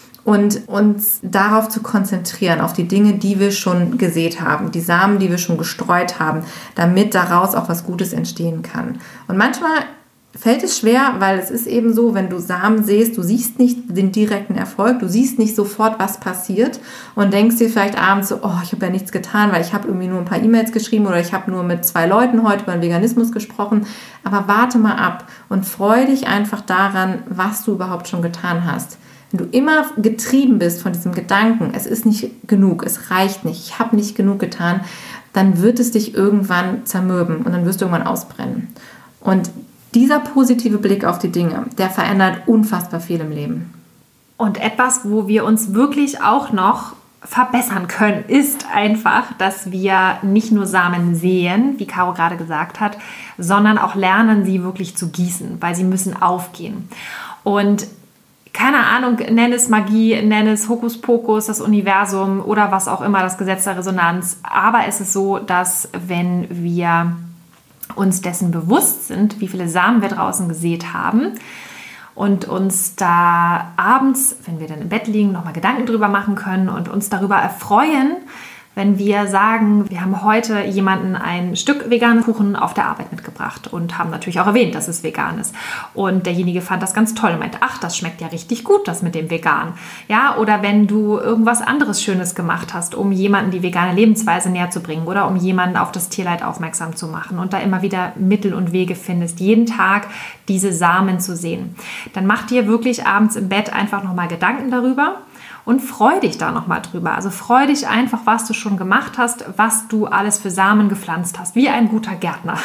und uns darauf zu konzentrieren, auf die Dinge, die wir schon gesät haben, die Samen, die wir schon gestreut haben, damit daraus auch was Gutes entstehen kann. Und manchmal fällt es schwer, weil es ist eben so, wenn du Samen säst, du siehst nicht den direkten Erfolg, du siehst nicht sofort, was passiert und denkst dir vielleicht abends so, oh, ich habe ja nichts getan, weil ich habe irgendwie nur ein paar E-Mails geschrieben oder ich habe nur mit zwei Leuten heute über den Veganismus gesprochen. Aber warte mal ab und freu dich einfach daran, was du überhaupt schon getan hast. Wenn du immer getrieben bist von diesem Gedanken, es ist nicht genug, es reicht nicht, ich habe nicht genug getan, dann wird es dich irgendwann zermürben und dann wirst du irgendwann ausbrennen. Und dieser positive Blick auf die Dinge, der verändert unfassbar viel im Leben. Und etwas, wo wir uns wirklich auch noch verbessern können, ist einfach, dass wir nicht nur Samen säen, wie Caro gerade gesagt hat, sondern auch lernen, sie wirklich zu gießen, weil sie müssen aufgehen. Und keine Ahnung, nenn es Magie, nenn es Hokuspokus, das Universum oder was auch immer, das Gesetz der Resonanz. Aber es ist so, dass wenn wir uns dessen bewusst sind, wie viele Samen wir draußen gesät haben und uns da abends, wenn wir dann im Bett liegen, nochmal Gedanken drüber machen können und uns darüber erfreuen, wenn wir sagen, wir haben heute jemanden ein Stück veganen Kuchen auf der Arbeit mitgebracht und haben natürlich auch erwähnt, dass es vegan ist. Und derjenige fand das ganz toll und meinte, ach, das schmeckt ja richtig gut, das mit dem Vegan. Ja, oder wenn du irgendwas anderes Schönes gemacht hast, um jemanden die vegane Lebensweise näher zu bringen oder um jemanden auf das Tierleid aufmerksam zu machen und da immer wieder Mittel und Wege findest, jeden Tag diese Samen zu sehen. Dann mach dir wirklich abends im Bett einfach nochmal Gedanken darüber. Und freu dich da nochmal drüber. Also freu dich einfach, was du schon gemacht hast, was du alles für Samen gepflanzt hast, wie ein guter Gärtner.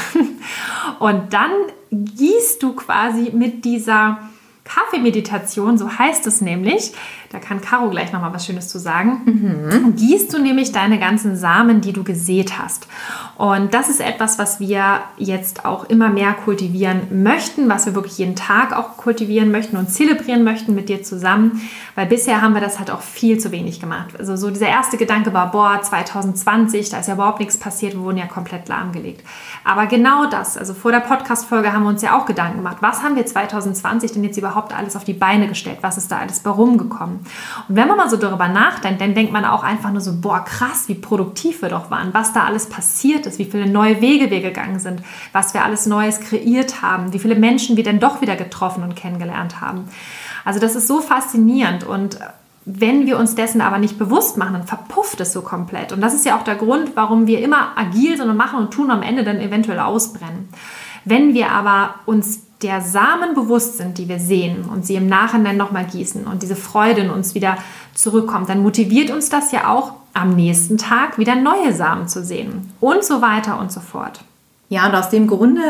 Und dann gießt du quasi mit dieser Kaffeemeditation, so heißt es nämlich, da kann Caro gleich nochmal was Schönes zu sagen, mhm. gießt du nämlich deine ganzen Samen, die du gesät hast. Und das ist etwas, was wir jetzt auch immer mehr kultivieren möchten, was wir wirklich jeden Tag auch kultivieren möchten und zelebrieren möchten mit dir zusammen, weil bisher haben wir das halt auch viel zu wenig gemacht. Also so dieser erste Gedanke war, boah, zwanzig zwanzig, da ist ja überhaupt nichts passiert, wir wurden ja komplett lahmgelegt. Aber genau das, also vor der Podcast-Folge haben wir uns ja auch Gedanken gemacht, was haben wir zwanzig zwanzig denn jetzt überhaupt alles auf die Beine gestellt, was ist da alles bei rumgekommen? Und wenn man mal so darüber nachdenkt, dann denkt man auch einfach nur so, boah, krass, wie produktiv wir doch waren, was da alles passiert ist, wie viele neue Wege wir gegangen sind, was wir alles Neues kreiert haben, wie viele Menschen wir dann doch wieder getroffen und kennengelernt haben. Also das ist so faszinierend und wenn wir uns dessen aber nicht bewusst machen, dann verpufft es so komplett. Und das ist ja auch der Grund, warum wir immer agil sind und machen und tun und am Ende dann eventuell ausbrennen. Wenn wir aber uns der Samen bewusst sind, die wir sehen und sie im Nachhinein nochmal gießen und diese Freude in uns wieder zurückkommt, dann motiviert uns das ja auch am nächsten Tag wieder neue Samen zu sehen und so weiter und so fort. Ja, und aus dem Grunde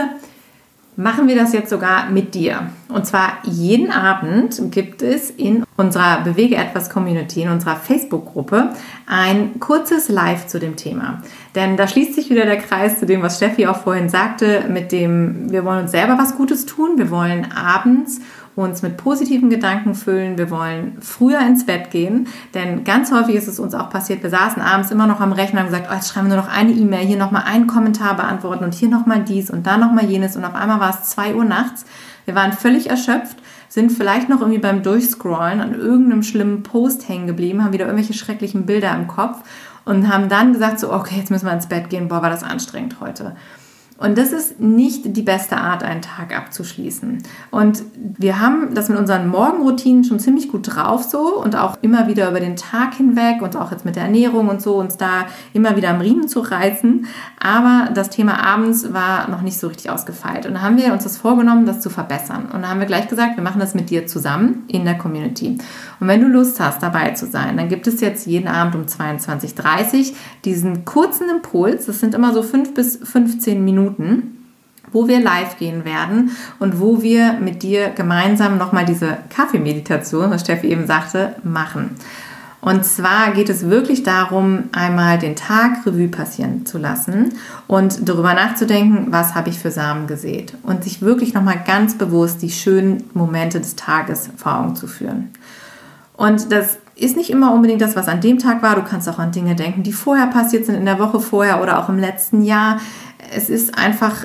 machen wir das jetzt sogar mit dir. Und zwar jeden Abend gibt es in unserer Bewege etwas Community, in unserer Facebook-Gruppe, ein kurzes Live zu dem Thema. Denn da schließt sich wieder der Kreis zu dem, was Steffi auch vorhin sagte, mit dem, wir wollen uns selber was Gutes tun. Wir wollen abends uns mit positiven Gedanken füllen. Wir wollen früher ins Bett gehen, denn ganz häufig ist es uns auch passiert, wir saßen abends immer noch am Rechner und haben gesagt, oh, jetzt schreiben wir nur noch eine E-Mail, hier nochmal einen Kommentar beantworten und hier nochmal dies und da nochmal jenes und auf einmal war es zwei Uhr nachts. Wir waren völlig erschöpft, sind vielleicht noch irgendwie beim Durchscrollen an irgendeinem schlimmen Post hängen geblieben, haben wieder irgendwelche schrecklichen Bilder im Kopf und haben dann gesagt, so okay, jetzt müssen wir ins Bett gehen, boah, war das anstrengend heute. Und das ist nicht die beste Art, einen Tag abzuschließen. Und wir haben das mit unseren Morgenroutinen schon ziemlich gut drauf so und auch immer wieder über den Tag hinweg und auch jetzt mit der Ernährung und so uns da immer wieder am Riemen zu reißen. Aber das Thema abends war noch nicht so richtig ausgefeilt. Und da haben wir uns das vorgenommen, das zu verbessern. Und da haben wir gleich gesagt, wir machen das mit dir zusammen in der Community. Und wenn du Lust hast, dabei zu sein, dann gibt es jetzt jeden Abend um zweiundzwanzig Uhr dreißig diesen kurzen Impuls. Das sind immer so fünf bis fünfzehn Minuten, wo wir live gehen werden und wo wir mit dir gemeinsam nochmal diese Kaffeemeditation, was Steffi eben sagte, machen. Und zwar geht es wirklich darum, einmal den Tag Revue passieren zu lassen und darüber nachzudenken, was habe ich für Samen gesät und sich wirklich nochmal ganz bewusst die schönen Momente des Tages vor Augen zu führen. Und das ist nicht immer unbedingt das, was an dem Tag war. Du kannst auch an Dinge denken, die vorher passiert sind, in der Woche vorher oder auch im letzten Jahr. Es ist einfach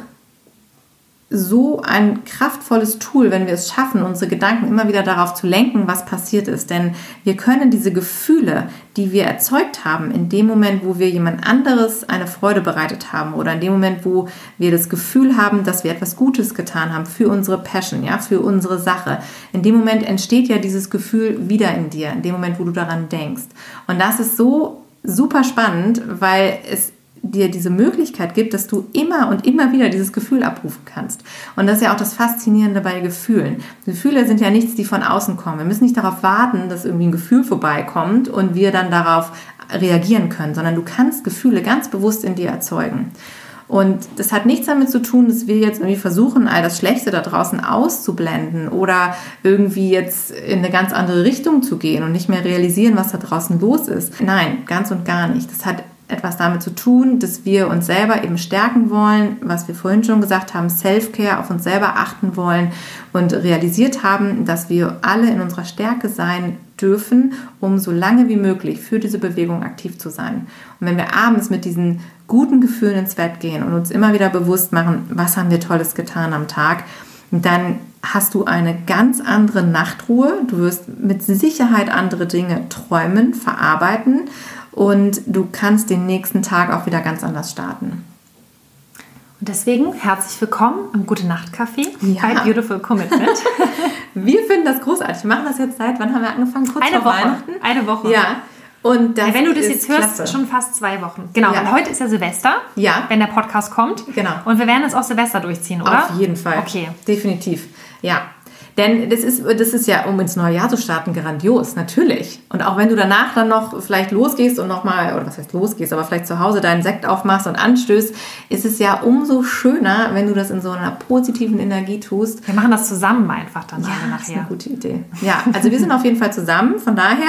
so ein kraftvolles Tool, wenn wir es schaffen, unsere Gedanken immer wieder darauf zu lenken, was passiert ist. Denn wir können diese Gefühle, die wir erzeugt haben, in dem Moment, wo wir jemand anderes eine Freude bereitet haben oder in dem Moment, wo wir das Gefühl haben, dass wir etwas Gutes getan haben für unsere Passion, ja, für unsere Sache, in dem Moment entsteht ja dieses Gefühl wieder in dir, in dem Moment, wo du daran denkst. Und das ist so super spannend, weil es dir diese Möglichkeit gibt, dass du immer und immer wieder dieses Gefühl abrufen kannst. Und das ist ja auch das Faszinierende bei Gefühlen. Gefühle sind ja nichts, die von außen kommen. Wir müssen nicht darauf warten, dass irgendwie ein Gefühl vorbeikommt und wir dann darauf reagieren können, sondern du kannst Gefühle ganz bewusst in dir erzeugen. Und das hat nichts damit zu tun, dass wir jetzt irgendwie versuchen, all das Schlechte da draußen auszublenden oder irgendwie jetzt in eine ganz andere Richtung zu gehen und nicht mehr realisieren, was da draußen los ist. Nein, ganz und gar nicht. Das hat etwas damit zu tun, dass wir uns selber eben stärken wollen, was wir vorhin schon gesagt haben, Self-Care, auf uns selber achten wollen und realisiert haben, dass wir alle in unserer Stärke sein dürfen, um so lange wie möglich für diese Bewegung aktiv zu sein. Und wenn wir abends mit diesen guten Gefühlen ins Bett gehen und uns immer wieder bewusst machen, was haben wir Tolles getan am Tag, dann hast du eine ganz andere Nachtruhe. Du wirst mit Sicherheit andere Dinge träumen, verarbeiten und du kannst den nächsten Tag auch wieder ganz anders starten. Und deswegen herzlich willkommen im Gute-Nacht-Café ja. bei Beautiful Commitment. Wir finden das großartig. Wir machen das jetzt seit, wann haben wir angefangen? Kurz Eine vor Woche. Weihnachten? Eine Woche. Ja. Und das ja, wenn du das ist jetzt hörst, klasse. schon fast zwei Wochen. Genau, Ja. und heute ist ja Silvester, Ja. wenn der Podcast kommt. Genau. Und wir werden es auch Silvester durchziehen, oder? Auf jeden Fall. Okay. Definitiv. Ja. Denn das ist, das ist ja, um ins neue Jahr zu starten, grandios, natürlich. Und auch wenn du danach dann noch vielleicht losgehst und nochmal, oder was heißt losgehst, aber vielleicht zu Hause deinen Sekt aufmachst und anstößt, ist es ja umso schöner, wenn du das in so einer positiven Energie tust. Wir machen das zusammen einfach dann Ja, alle das ist eine nachher. gute Idee. Ja, also wir sind auf jeden Fall zusammen, von daher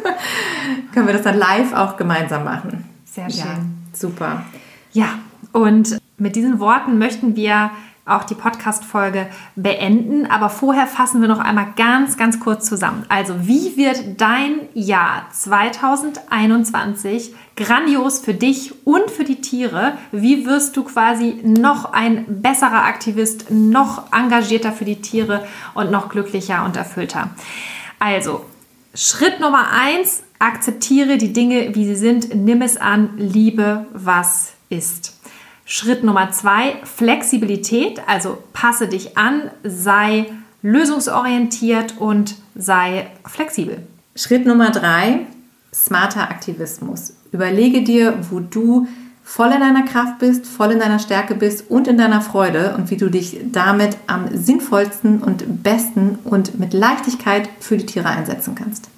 können wir das dann live auch gemeinsam machen. Sehr schön. Ja, super. Ja, und mit diesen Worten möchten wir auch die Podcast-Folge beenden. Aber vorher fassen wir noch einmal ganz, ganz kurz zusammen. Also, wie wird dein Jahr zwanzig einundzwanzig grandios für dich und für die Tiere? Wie wirst du quasi noch ein besserer Aktivist, noch engagierter für die Tiere und noch glücklicher und erfüllter? Also, Schritt Nummer eins, akzeptiere die Dinge, wie sie sind, nimm es an, liebe, was ist. Schritt Nummer zwei, Flexibilität, also passe dich an, sei lösungsorientiert und sei flexibel. Schritt Nummer drei, smarter Aktivismus. Überlege dir, wo du voll in deiner Kraft bist, voll in deiner Stärke bist und in deiner Freude und wie du dich damit am sinnvollsten und besten und mit Leichtigkeit für die Tiere einsetzen kannst.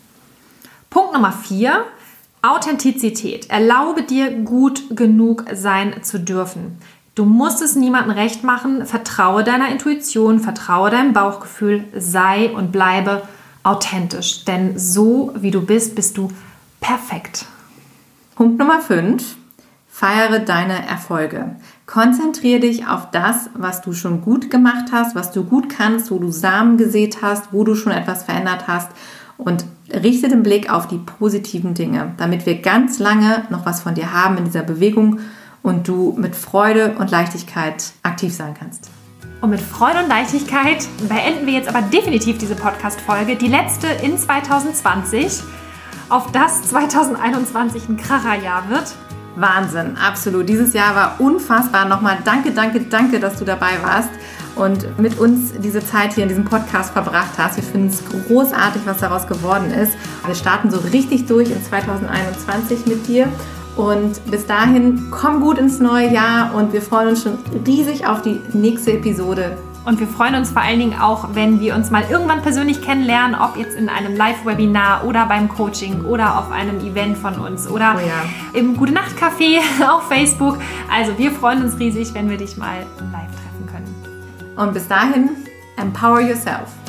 Punkt Nummer vier, Authentizität. Erlaube dir, gut genug sein zu dürfen. Du musst es niemandem recht machen. Vertraue deiner Intuition, vertraue deinem Bauchgefühl, sei und bleibe authentisch. Denn so wie du bist, bist du perfekt. Punkt Nummer fünf, feiere deine Erfolge. Konzentriere dich auf das, was du schon gut gemacht hast, was du gut kannst, wo du Samen gesät hast, wo du schon etwas verändert hast und richte den Blick auf die positiven Dinge, damit wir ganz lange noch was von dir haben in dieser Bewegung und du mit Freude und Leichtigkeit aktiv sein kannst. Und mit Freude und Leichtigkeit beenden wir jetzt aber definitiv diese Podcast-Folge, die letzte in zwanzig zwanzig, auf das zwanzig einundzwanzig ein Kracherjahr wird. Wahnsinn, absolut. Dieses Jahr war unfassbar. Nochmal danke, danke, danke, dass du dabei warst und mit uns diese Zeit hier in diesem Podcast verbracht hast. Wir finden es großartig, was daraus geworden ist. Wir starten so richtig durch in zwanzig einundzwanzig mit dir. Und bis dahin, komm gut ins neue Jahr und wir freuen uns schon riesig auf die nächste Episode. Und wir freuen uns vor allen Dingen auch, wenn wir uns mal irgendwann persönlich kennenlernen, ob jetzt in einem Live-Webinar oder beim Coaching oder auf einem Event von uns oder Oh ja. im Gute-Nacht-Café auf Facebook. Also wir freuen uns riesig, wenn wir dich mal live treffen können. Und bis dahin, empower yourself.